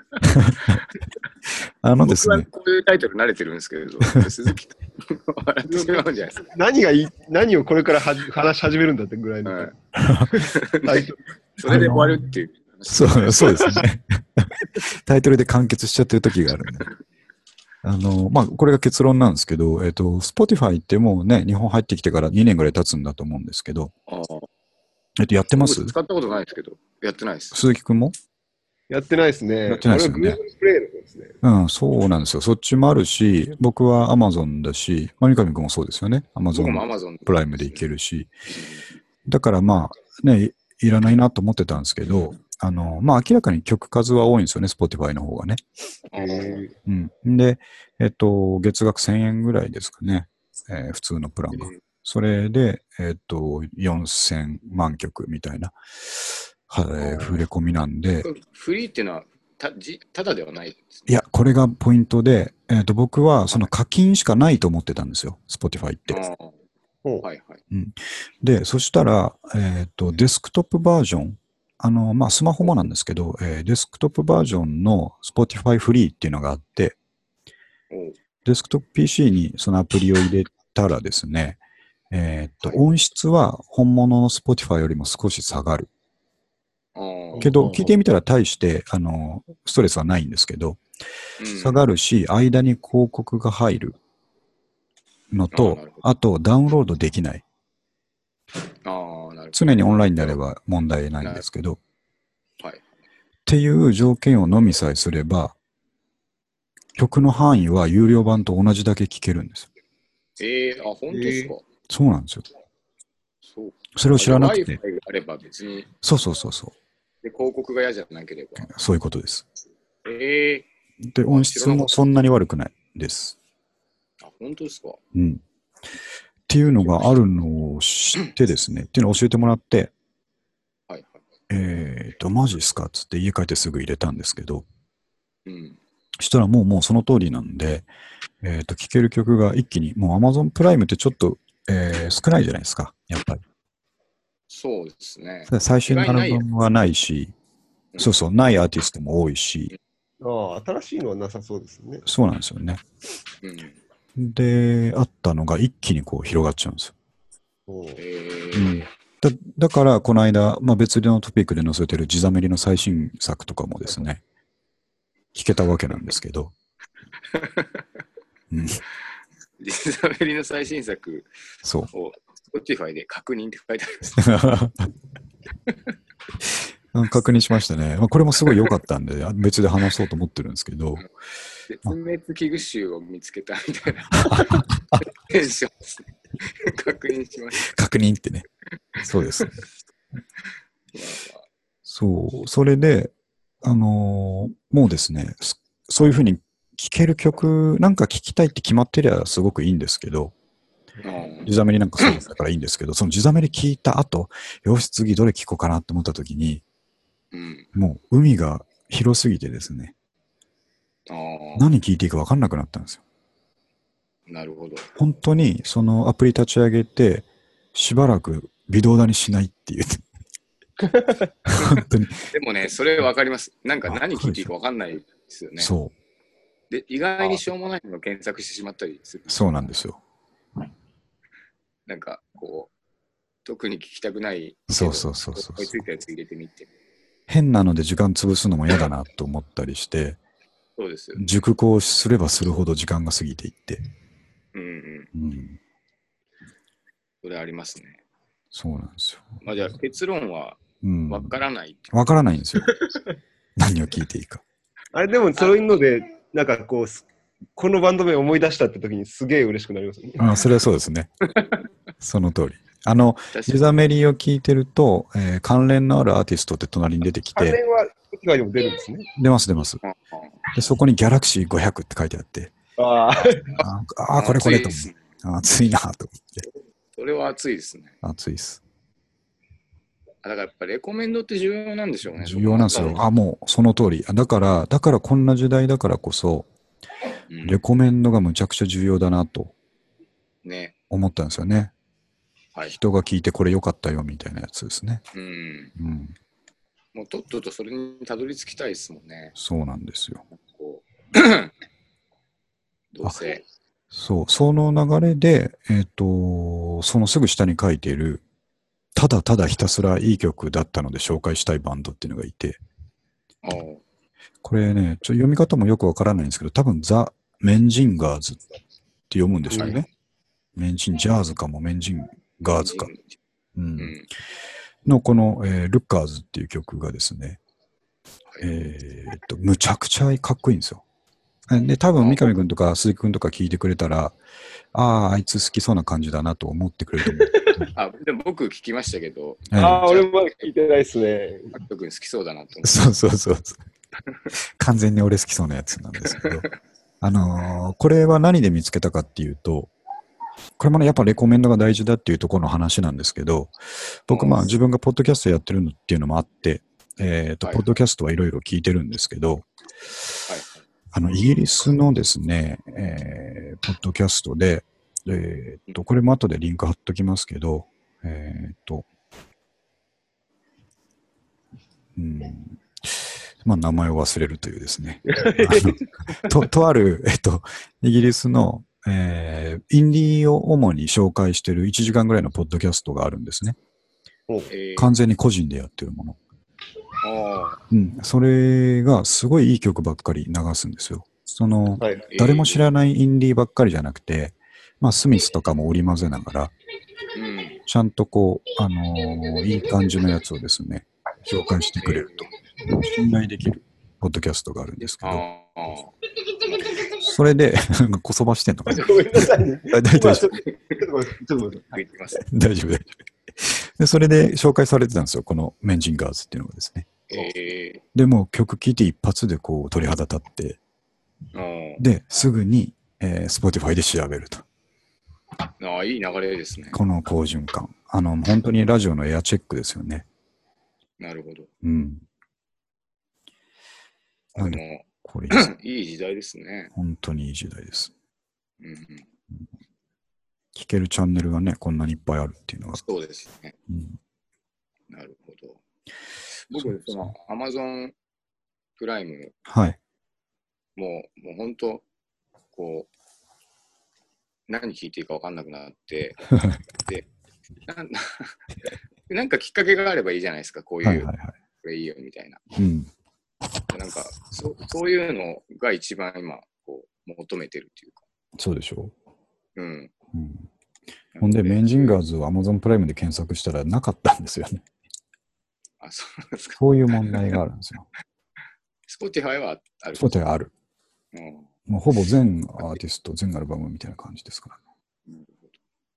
あのですね。 僕はこういうタイトル慣れてるんですけど、鈴木笑ってしまうんじゃないですか。 何がいい、何をこれからは話し始めるんだってぐらいの、はい、 タイトル。それで終わるっていう。 そう、そうですね。タイトルで完結しちゃってる時があるんで。あの、まあ、これが結論なんですけど、えっと、Spotify ってもうね、日本入ってきてからにねんぐらい経つんだと思うんですけど、 あえっと、やってます？ 使ったことないですけど、やってないです。 鈴木くんも？ やってないですね。 やってないですよね。 Google プレイの方ですね。 うん、そうなんですよ。そっちもあるし、僕は Amazon だし、まあ、三上くんもそうですよね。Amazon プライムでいけるし。だからまあ、ね、いらないなと思ってたんですけど、あの、まあ明らかに曲数は多いんですよね、Spotify の方がね。うん。で、えっと、月額せんえんぐらいですかね。えー、普通のプランが。それで、えっと、よんせんまんきょくみたいな、はえー、触れ込みなんで。 フリーっていうのはた、じただではないです、ね、 いや、これがポイントで、えっと、僕はその課金しかないと思ってたんですよ、Spotify って。 はいはい。 うん、で、そしたら、えっと、デスクトップバージョン、あの、まあ、スマホもなんですけど、えー、デスクトップバージョンの Spotify フリーっていうのがあって、デスクトップ ピーシー にそのアプリを入れたらですね、えっと、音質は本物の Spotify よりも少し下がる。けど、聞いてみたら大して、あの、ストレスはないんですけど、下がるし、間に広告が入るのと、あと、ダウンロードできない。常にオンラインであれば問題ないんですけど、はい、っていう条件をのみさえすれば、曲の範囲は有料版と同じだけ聴けるんです。 えー、あ、本当ですか？ そうなんですよ。そう。それを知らなくて。 Wi-Fi があれば別に。 そうそうそうそう。 で、広告が嫌じゃなければ。 そういうことです。 えー、で、音質もそんなに悪くないです。 あ、本当ですか？ うん。っていうのがあるのを知ってですね、っていうのを教えてもらって、はいはい、えっと、マジっすかっつって家帰ってすぐ入れたんですけど、うん、したらもうもうその通りなんで、えっと、聴ける曲が一気に、もう Amazon プライムってちょっと、えー、少ないじゃないですか、やっぱり。 そうですね。 最新のアルバムはないし、うん、そうそう、ないアーティストも多いし。 ああ、新しいのはなさそうですね。 そうなんですよね。うん、で、あったのが一気にこう広がっちゃうんですよ。うん、だ, だから、この間、まあ、別のトピックで載せてる地ざめりの最新作とかもですね、聞けたわけなんですけど。 うん、 ディザメリの最新作そう。 を Spotify で確認って書いてあります。 確認しましたね。まあ、これもすごい良かったんで、別で話そうと思ってるんですけど。 絶滅危惧種を見つけたみたいなテンションですね。確認しました。 確認ってね。そうです。そう。それで、あのー、もうですね、そういうふうに聴ける曲、なんか聴きたいって決まってりゃすごくいいんですけど、地ザメリなんかそうだからいいんですけど、その地ザメリ聴いた後、よし、次どれ聴こうかなって思った時に、うん、もう海が広すぎてですね、あ何聴いていいか分かんなくなったんですよ。 なるほど。 本当にそのアプリ立ち上げて、しばらく微動だにしないっていう。本当に。 でもね、それ分かります。なんか何聴いていいか分かんないですよね。 そう。 で、意外にしょうもないのを検索してしまったりする。 そうなんですよ。 なんかこう、特に聞きたくない。 そうそうそうそう。 思いついたやつ入れてみて。 変なので時間潰すのも嫌だなと思ったりして、 そうですよね。 熟考すればするほど時間が過ぎていって。 うんうん。うん、それありますね。 そうなんですよ。 まあじゃあ結論は分からない。 分からないんですよ。何を聞いていいか。 あれでもそういうので、なんかこう、このバンド名思い出したって時にすげえ嬉しくなりますね。 あ、それはそうですね。その通り。あの、ディザメリを聞いてると、えー、関連のあるアーティストって隣に出てきて。 関連は以外でも出るんですね。 出ます出ます。で、そこにギャラクシーごひゃくって書いてあって。 ああ、あこれこれと思って。熱いなと思って。 それは熱いですね。 熱いです。 だからやっぱレコメンドって重要なんでしょうね。 重要なんですよ。あ、もうその通り。だから、だからこんな時代だからこそ、うん、レコメンドがむちゃくちゃ重要だなと思ったんですよね。はい、人が聞いてこれ良かったよみたいなやつですね。うん。 うん、もうとっととそれにたどり着きたいですもんね。 そうなんですよ。 こうどうせ。 そう、その流れで、えっと、そのすぐ下に書いている、ただただひたすらいい曲だったので紹介したいバンドっていうのがいて、これね、ちょ読み方もよくわからないんですけど、多分ザ・メンジンガーズって読むんでしょうね。メンジンジャーズかも、メンジンガーズか。うん。うん、のこの、えー、ルッカーズっていう曲がですね、えー、っと、むちゃくちゃかっこいいんですよ。で、多分三上くんとか鈴木くんとか聞いてくれたら、ああ、あいつ好きそうな感じだなと思ってくれると思う。 あ、でも僕聞きましたけど。 ああ、俺も聞いてないっすね。 特に好きそうだなと思って。 そうそうそう。完全に俺好きそうなやつなんですけど。あのー、これは何で見つけたかっていうと、これもね、やっぱレコメンドが大事だっていうところの話なんですけど、僕まあ自分がポッドキャストやってるのっていうのもあって、えっと、ポッドキャストはいろいろ聞いてるんですけど、はい、あの、イギリスのですね、えー、ポッドキャストで、えー、っと、これも後でリンク貼っときますけど、えー、っと、うん、まあ、名前を忘れるというですね。あのと、とある、えっと、イギリスの、えー、インディーを主に紹介しているいちじかんぐらいのポッドキャストがあるんですね。完全に個人でやってるもの。うん、それがすごいいい曲ばっかり流すんですよ。その、はい、誰も知らないインディーばっかりじゃなくて、まあ、スミスとかも織り交ぜながら、うん、ちゃんとこう、あのー、いい感じのやつをですね、紹介してくれると。信頼できるポッドキャストがあるんですけど、それで、こそばしてんのかな。ごめんなさいね。大丈夫。大丈夫。で、それで紹介されてたんですよ、このメンジンガーズっていうのがですね。えー、でも曲聴いて一発でこう鳥肌立って、で、すぐに、えー、Spotify で調べると。 ああ、いい流れですね。 この好循環。あの、本当にラジオのエアチェックですよね。 なるほど。 うん。 でも、これいい時代ですね。 本当にいい時代です。うんうん、聞けるチャンネルがね、こんなにいっぱいあるっていうのが。 そうですね。うん、なるほど。僕、その、Amazon プライム、 はい。 もう、もう本当、こう、何聞いていいか分かんなくなって、でな、なんかきっかけがあればいいじゃないですか、こういう、はいはいはい、これいいよみたいな。うん、なんかそ、そういうのが一番今、こ求めてるっていうか。 そうでしょう。うん。 うん、ほんで、メンジンガーズを Amazon プライムで検索したらなかったんですよね。 あ、そうですか。 そういう問題があるんですよ。 Spotify はある。 Spotify ある。 うん、 もうほぼ全アーティスト、全アルバムみたいな感じですからね。 なるほど。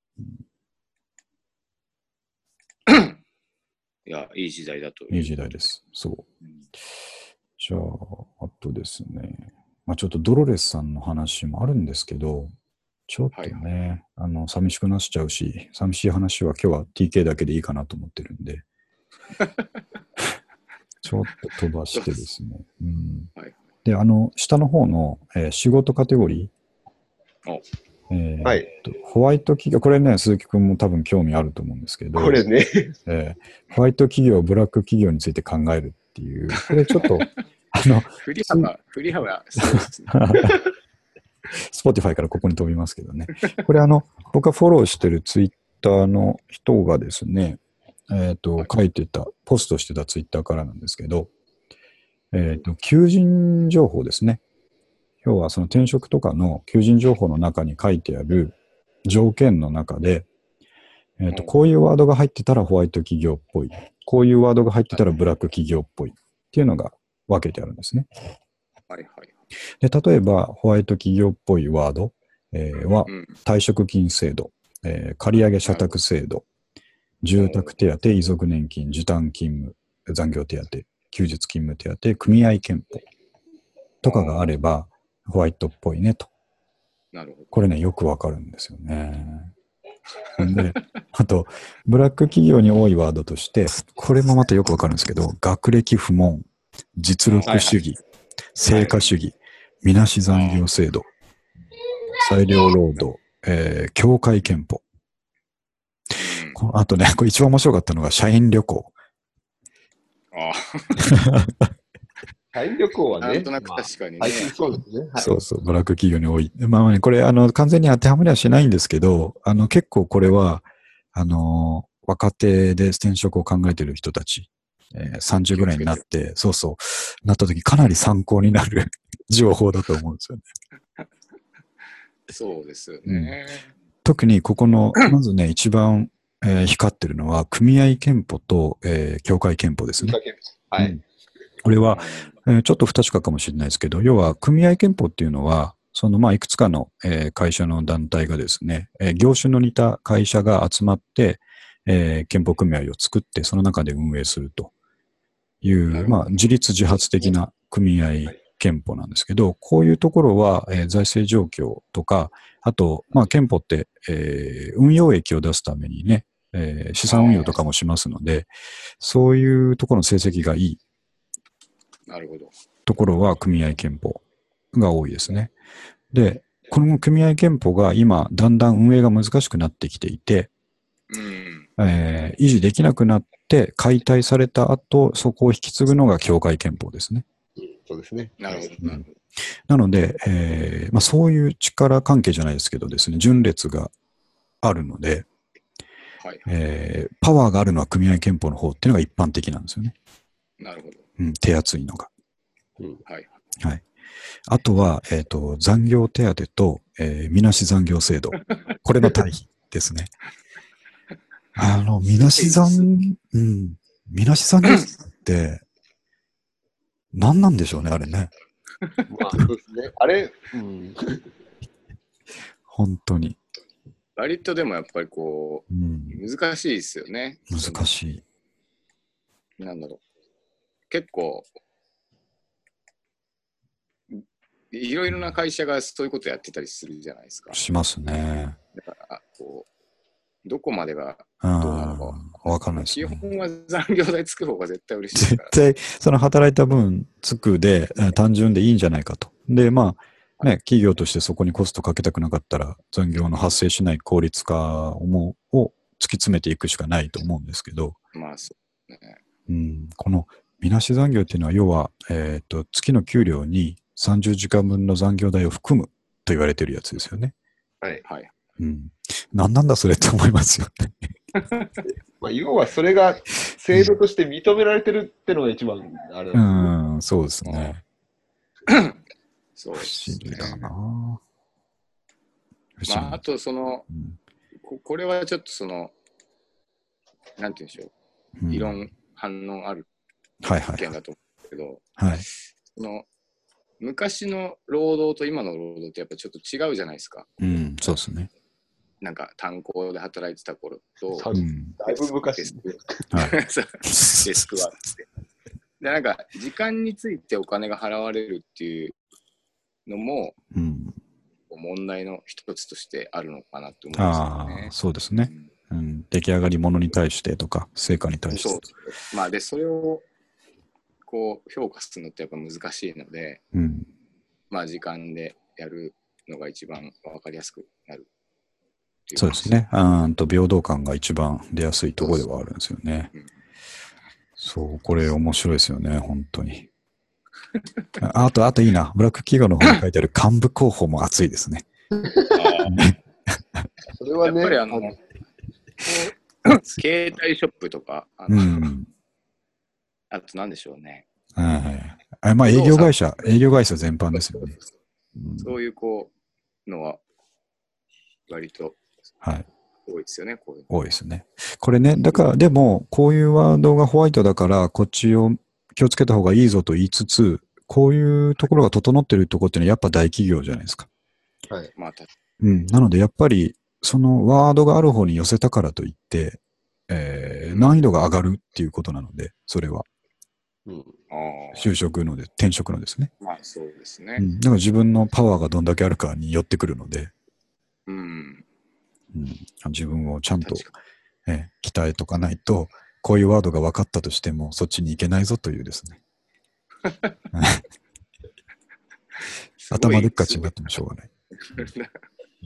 いや、いい時代だと。 いい時代です。そう。 うん、 じゃあ、あとですね。まあちょっとドロレスさんの話もあるんですけど、ちょっとね、はいはい、あの、寂しくなっちゃうし、寂しい話は今日は ティーケー だけでいいかなと思ってるんで、ちょっと飛ばしてですね。うんはい、で、あの、下の方の、えー、仕事カテゴリー。えーはい、ホワイト企業、これね、鈴木くんも多分興味あると思うんですけど、 これね、 えー、ホワイト企業、ブラック企業について考えるっていう、これちょっと、あの、 振り幅、振り幅、そうですね。 スポティファイからここに飛びますけどね。これあの、僕がフォローしてるツイッターの人がですね、えっと、書いてた、ポストしてたツイッターからなんですけど、えっと、求人情報ですね。要はその転職とかの求人情報の中に書いてある条件の中で、えっと、こういうワードが入ってたらホワイト企業っぽい。こういうワードが入ってたらブラック企業っぽい。っていうのが分けてあるんですね。 はいはい。 で、例えば、ホワイト企業っぽいワード、えー、は、退職金制度、えー、借上社宅制度、住宅手当、遺族年金、時短勤務、残業手当、休日勤務手当、組合憲法とかがあれば、ホワイトっぽいねと。 なるほど。 これね、よくわかるんですよね。で、あと、ブラック企業に多いワードとして、これもまたよくわかるんですけど、学歴不問、実力主義、成果主義、みなし残業制度、裁量労働、えー、協会憲法。あとね、これ一番面白かったのが社員旅行。 ああ。社員旅行はね。 なんとなく確かにね。 そうですね。 はい、そうそう、ブラック企業に多い。まあまあね、これ、あの、完全に当てはまりはしないんですけど、あの、結構これは、あの、若手で転職を考えている人たち、えー、さんじゅうぐらいになって、そうそう、なった時かなり参考になる情報だと思うんですよね。 そうですよね。 うん、特にここの、まずね、一番、えー、光ってるのは、組合憲法と、えー、協会憲法ですね。 はい。 うん、これは、えー、ちょっと不確かかもしれないですけど、要は、組合憲法っていうのは、その、まあ、いくつかの、えー、会社の団体がですね、えー、業種の似た会社が集まって、えー、憲法組合を作って、その中で運営するという、まあ、自立自発的な組合憲法なんですけど、こういうところは、えー、財政状況とか、あと、まあ、憲法って、えー、運用益を出すためにね、えー、資産運用とかもしますので、そういうところの成績がいいなるほど。 ところは組合憲法が多いですね。で、この組合憲法が今、だんだん運営が難しくなってきていて、 うんえー、維持できなくなって解体された後、そこを引き継ぐのが協会憲法ですね。 そうですね。 なるほど。 うん、なので、えーまあ、そういう力関係じゃないですけどですね、順列があるので、 はいえー、パワーがあるのは組合憲法の方っていうのが一般的なんですよね。 なるほど。 うん、手厚いのが。 うん、はい。 はい。あとは、えっと、残業手当と、えー、みなし残業制度。これの対比ですね。あの、みなし残、うん、みなし残業制度って、何なんでしょうね、あれね。 まあ、そうですね。あれ、うん。 本当に。 割とでもやっぱりこう、うん、難しいですよね。 難しい。なんだろう。結構、いろいろな会社がそういうことやってたりするじゃないですか。 しますね。 だからこうどこまでがどうなのかわかんないですね。 基本は残業代つく方が絶対嬉しいですから、 ね。絶対、その働いた分つくで、単純でいいんじゃないかと。で、まあ、ね、企業としてそこにコストかけたくなかったら、残業の発生しない効率化をもを突き詰めていくしかないと思うんですけど、 まあそうね。 うん、このみなし残業っていうのは、要は、えっと、月の給料にさんじゅうじかんぶんの残業代を含むと言われてるやつですよね。 はい。はい。 うん。何なんだそれって思いますよね。 まあ、要はそれが制度として認められてるってのが一番あれ、 うん、そうですね。 そうですね。 不思議だな。 まあ、あと、その、 うん、 こ、これはちょっとその、なんて言うんでしょう。 うん、 異論、反論あるはいはい意見だと思うんですけど、 はい。 その、昔の労働と今の労働ってやっぱちょっと違うじゃないですか。 うん、そうですね。 なんか炭鉱で働いてた頃と、 そうですだいぶ昔デスク、 はい。 デスクワークって。で、なんか時間についてお金が払われるっていうのも、 うん、 問題の一つとしてあるのかなって思うんですよああ、 ね。 そうですね、うんうん。出来上がりものに対してとか、成果に対して。 そう。まあ、で、それをこう評価するのってやっぱ難しいので、 うん、 まあ、時間でやるのが一番わかりやすくなるっていうそうですね。 話。 うんと平等感が一番出やすいところではあるんですよね。 うん、 そう、これ面白いですよね、本当に。ああと、あといいな。ブラック企業の方に書いてある幹部候補も熱いですね。 それはね、 やっぱりあの、携帯ショップとか、あの、 うん、 あと何でしょうね。 はいあまあ営業会社、営業会社全般ですよね。うん、 そういうこうのは割とはい。 多いですよね、こういうの。 多いですね。これね、だから、でも、こういうワードがホワイトだから、こっちを気をつけた方がいいぞと言いつつ、こういうところが整ってるところっていうのはやっぱ大企業じゃないですか。 はい。 まあ、たうん。なので、やっぱり、そのワードがある方に寄せたからといって、えー、難易度が上がるっていうことなので、それは。 うん、 あ就職ので、転職のですね。 まあ、そうですね。 うん。だから自分のパワーがどんだけあるかに寄ってくるので、 うん。 うん、自分をちゃんと確かえー鍛えとかないと、こういうワードが分かったとしても、そっちに行けないぞというですね。頭でっかちになってもしょうがない。 確か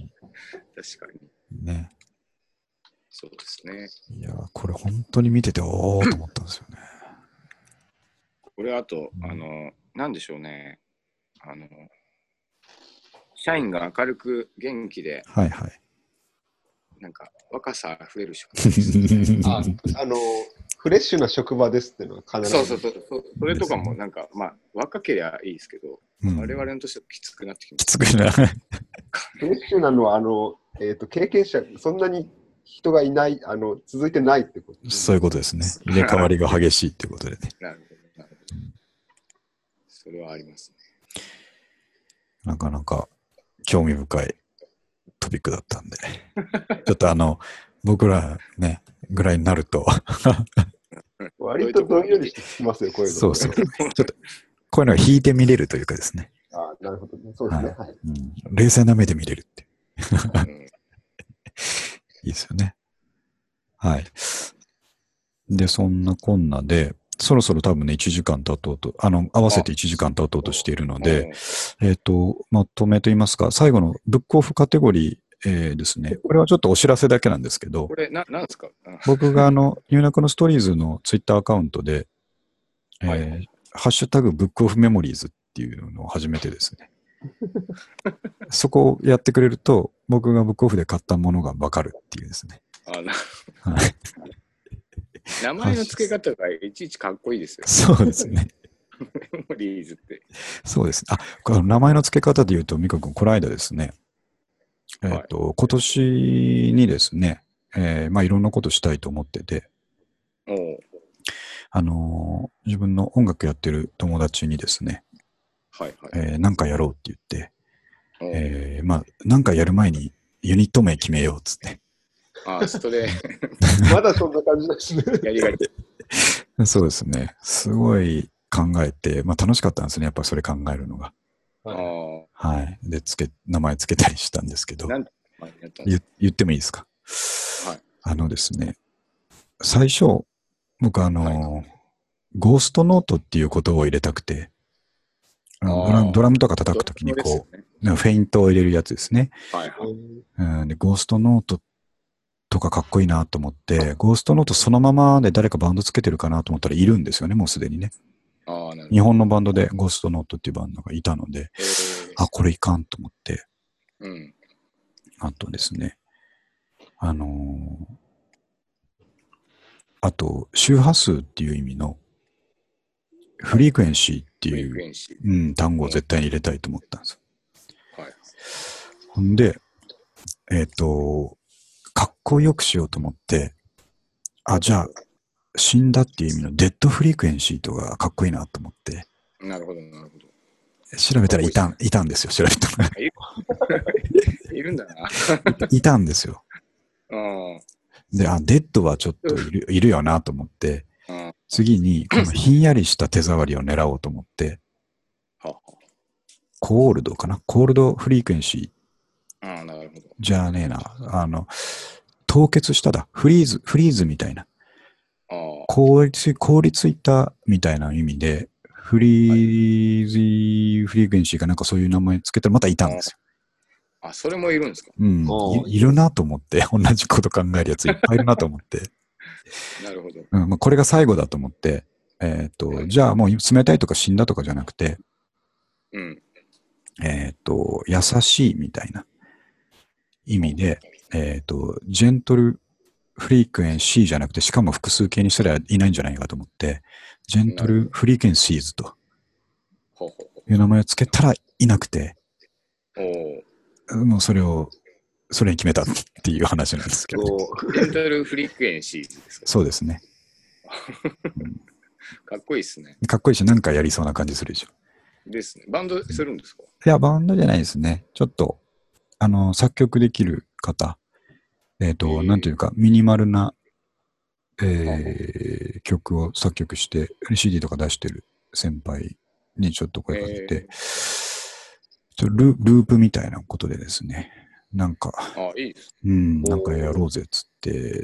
に。 ね。 そうですね。 いやー、これ本当に見てて、おーと思ったんですよね。 これあと、あの、なんでしょうね。あの、社員が明るく元気で、 はいはい。 なんか若さあふれる職場ですね。 ああの、フレッシュな職場ですっていうのは必ず。 そうそうそう。そそれとかもなんか、まあ、若ければいいですけど、 うん我々の年はきつくなってきます。 きつくない。 フレッシュなのは、あの、えっ、と、経験者、そんなに人がいない、あの、続いてないってこと。 そういうことですね。入れ替わりが激しいっていうことでね。 なるほど、なるほど。それはありますね。 なかなか興味深いトピックだったんで、ちょっとあの、僕らね、ぐらいになると割とどんよりしてきますよ、こういうの。 そうそう。ちょっと、こういうのが引いて見れるというかですね。 あなるほど、ね。そうですね。はい。はい、 うん、冷静な目で見れるって。 うん、 いいですよね。はい。で、そんなこんなで、そろそろ多分ね、いちじかん経とうと、あの、合わせていちじかん経とうとしているので、えっと、まとめと言いますか、最後のブックオフカテゴリー、えー、ですね。これはちょっとお知らせだけなんですけど、 これ、な、なんですか？ 僕があの、ニューナクのストーリーズのツイッターアカウントで、えーはいはい、 ハッシュタグブックオフメモリーズっていうのを始めてですね。そこをやってくれると、僕がブックオフで買ったものがわかるっていうですね。 あなはい、 名前の付け方がいちいちかっこいいですよ。 そうですね。 メモリーズって。 そうですね。あ、この名前の付け方で言うと、ミカ君、この間ですね、えっ、と、はい、今年にですね、えー、まあいろんなことしたいと思ってて、 おあのー、自分の音楽やってる友達にですね、 はいはい、 えー、なんかやろうって言って、えー、まあ、なんかやる前にユニット名決めようっつって。 あ、それ。 まだそんな感じですね。 やりがい。 そうですね。すごい考えて、まあ楽しかったんですね。やっぱそれ考えるのが。 はい。 はい。で、つけ、名前つけたりしたんですけど。 なん言言ってもいいですか？ はい。 あのですね、最初、僕あの、はい、ゴーストノートっていう言葉を入れたくて、ドラム、ドラムとか叩くときにこう、ね、フェイントを入れるやつですね。 はいはい。 うん、でゴーストノートとかかっこいいなと思って、ゴーストノートそのままで誰かバンドつけてるかなと思ったらいるんですよね、もうすでにね。 あ、なるほど。 日本のバンドでゴーストノートっていうバンドがいたので、えー、あ、これいかんと思って。 うん。 あとですね、あのー、あと、周波数っていう意味の、 フリークエンシーってフリーいう、 クエンシー。 うん、単語を絶対に入れたいと思ったんですよ。 はい。 ほんで、えっ、と、かっこよくしようと思って、あ、じゃあ、死んだっていう意味のデッドフリークエンシーとかかっこいいなと思って、 なるほど、なるほど。 調べたらいたん、いたんですよ、調べたら。 いるいるんだな。 いたんですよ。 うんで、あ、デッドはちょっといるいるよなと思って、 うん次に、このひんやりした手触りを狙おうと思って、 はコールドかなコールドフリークエンシーああ、なるほど。 じゃねえな。あの、凍結しただ。フリーズ、フリーズみたいな。 ああ、 凍りつい、凍りついたみたいな意味で、フリーズ、フリークエンシーかなんかそういう名前つけたらまたいたんですよ。 あ、それもいるんですか。 うんああい。いるなと思って、同じこと考えるやついっぱいいるなと思って。 なるほど。 うんまあ、これが最後だと思って、えっ、と、 はいじゃあもう冷たいとか死んだとかじゃなくて、 うん。 えっ、と、優しいみたいな意味で、えっ、と、ジェントルフリークエンシーじゃなくて、しかも複数形にしたらいないんじゃないかと思って、ジェントルフリークエンシーズとほうほうほいう名前をつけたらいなくて、 う。おお。 もうそれを、それに決めたっていう話なんですけど、ね、 そうデンタルフリークエンシーズですか。 そうですね、 かっこいいっすね。 かっこいいし、なんかやりそうな感じするでしょ。 ですね。バンドするんですか。 いや、バンドじゃないですね。ちょっと、あの、作曲できる方、えっ、と、 へーなんというか、ミニマルな、えー曲を作曲して、シーディー とか出してる先輩にちょっと声かけて、ちょルループみたいなことでですね、なんか、 あ、いいです。 うん、なんかやろうぜっつって、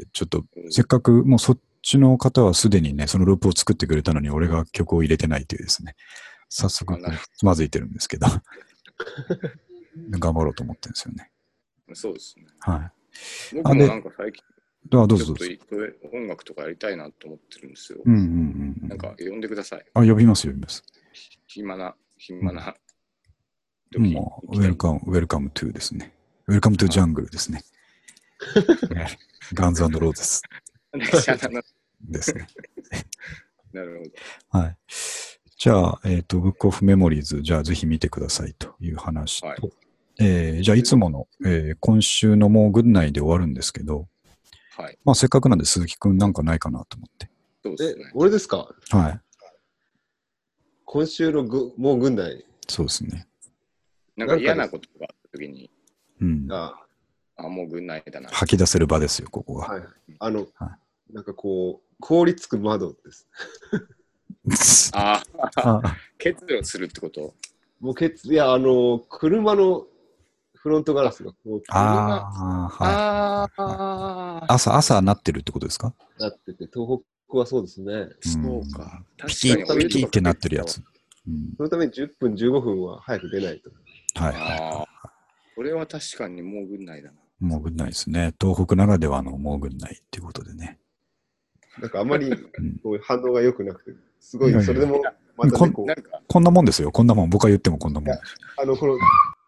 ちょっと、せっかく、もうそっちの方はすでにね、そのループを作ってくれたのに、俺が曲を入れてないというですね、早速あなるほ、 つまずいてるんですけど、頑張ろうと思ってるんですよね。 そうですね。 はい。 僕もなんか最近、 あ、どうちょっぞどうぞ。 と音楽とかやりたいなと思ってるんですよ。 うんうんうん。 なんか呼んでください。 あ、呼びます呼びます。 暇な、暇な。 もう、ウェルカム、ウェルカムトゥですね。ウェルカムトゥジャングルですね。ねガンズローゼスですね。 なるほど。 はい。じゃあ、えっ、と、ブックオフメモリーズ、じゃあぜひ見てくださいという話と、 はいえーじゃあいつもの、えー今週のもうグッナイで終わるんですけど、 はい。 まあせっかくなんで鈴木くんなんかないかなと思って。 えそうですね、。 俺ですかはい。 今週のぐもう軍隊。 そうですね。 なんか嫌なことがあったときに、 うん。 ああ、もう軍内だな。 吐き出せる場ですよ、ここが。 はい。あの、 はなんかこう、凍りつく窓です。 ああ、 あ結露するってこともうけつ、いや、あの、車のフロントガラスがこうあー、はい。 ああ、 朝、朝なってるってことですか？ なってて、東北はそうですね。 そうか。 ピキ確かにッ、ピキッってなってるやつ。うん、 そのためにじゅっぷん、じゅうごふんは早く出ないと。 はいはいあはあ、これは確かにもう軍内だな。 い。もう軍内ですね。東北ならではのもう軍内っていうことでね。 なんかあまりんこう反応が良くなくて、すごい、 いやいやそれでもまたね、こうなんか、 こんなもんですよ。こんなもん。僕が言ってもこんなもん。 あの、この、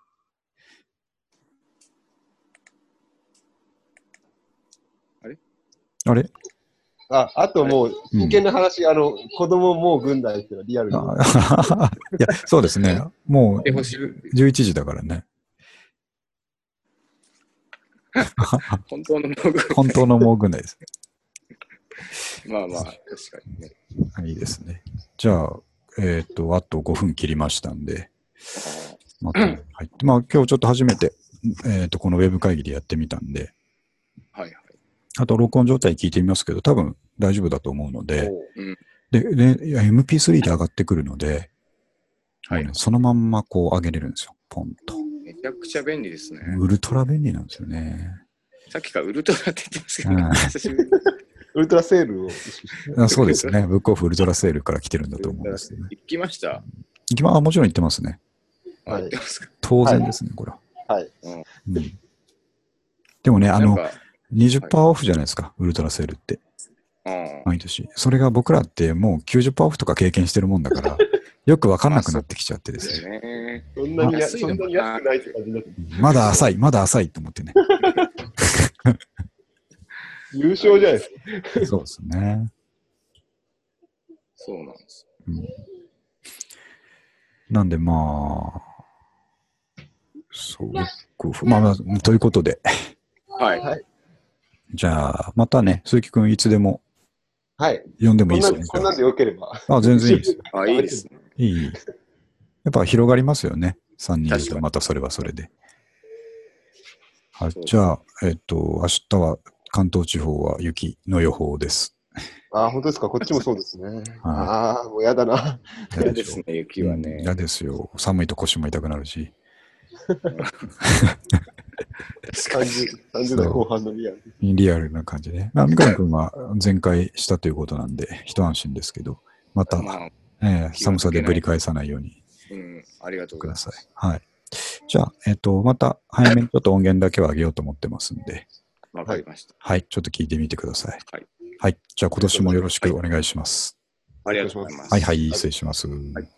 あれああともう、真剣な話、あの、子供もう軍隊っていうのはリアルに。 あいや、そうですね。もうでほしいじゅういちじだからね。 本当のもう軍内。 本当のもう軍内です。 まあまあ、確かにね。 いいですね。じゃあ、えっ、と、あとごふん切りましたんで、また、はいまあ、今日ちょっと初めて、えっ、と、このウェブ会議でやってみたんで、 はいはい。 あと録音状態聞いてみますけど、多分大丈夫だと思うので、 うん、 で、でいや エムピースリー で上がってくるので、 はいもうね、そのまんまこう上げれるんですよ、ポンと。 めちゃくちゃ便利ですね。 ウルトラ便利なんですよね。 さっきからウルトラって言ってますけど、ねうん久しぶりにウルトラセールを意識して。 あそうですね。ブックオフウルトラセールから来てるんだと思うんですよね。 行きました。 行きまあ、もちろん行ってますね。 あ、 はい行ってますか。 当然ですね、これは。 はい。 うん、でもね、あの、 なんか、 にじゅっパーセントオフじゃないですか、ウルトラセールって。 うん毎年。それが僕らってもうきゅうじゅっパーセントオフとか経験してるもんだから、よくわかんなくなってきちゃってでですすね。 ね。 そんなにや、 安いのかなそんなに安くないって感じになってまだ浅い、まだ浅いと思ってね。 優勝じゃないですか。 そうですね。 そうなんです。 うんなんでまあ、そう、ブックオフ。まあまあ、ということで。 はい。 はい。 じゃあ、またね、鈴木くんいつでもはい。 呼んでもこんいいですよね。 なんこんなんでよければ。 あ、全然いいですよ。 あ、いいですね。 いい。やっぱ広がりますよね。さんにんいると確かにまたそれはそれで。はいそう、 じゃあ、えっと、明日は関東地方は雪の予報です。 ああ、本当ですか。こっちもそうですね。 はいああ、もうやだな。 嫌ですね、雪はうんね。 嫌ですよ。寒いと腰も痛くなるし。 確かに。 さんじゅう、さんじゅう代後半のリアル。 リアルな感じで。まあ、三上君は全開したということなんで、一安心ですけど、また、 まあ、 えー寒さでぶり返さないようにうん、ありがとうごくだざいます。 さい。はい。じゃあ、えっ、と、また早めにちょっと音源だけは上げようと思ってますんで、 わかりました。 はい、ちょっと聞いてみてください。 はい。 はい。じゃあ今年もよろしくお願いします。 ありがとうございます。 はいはい、失礼します。 はい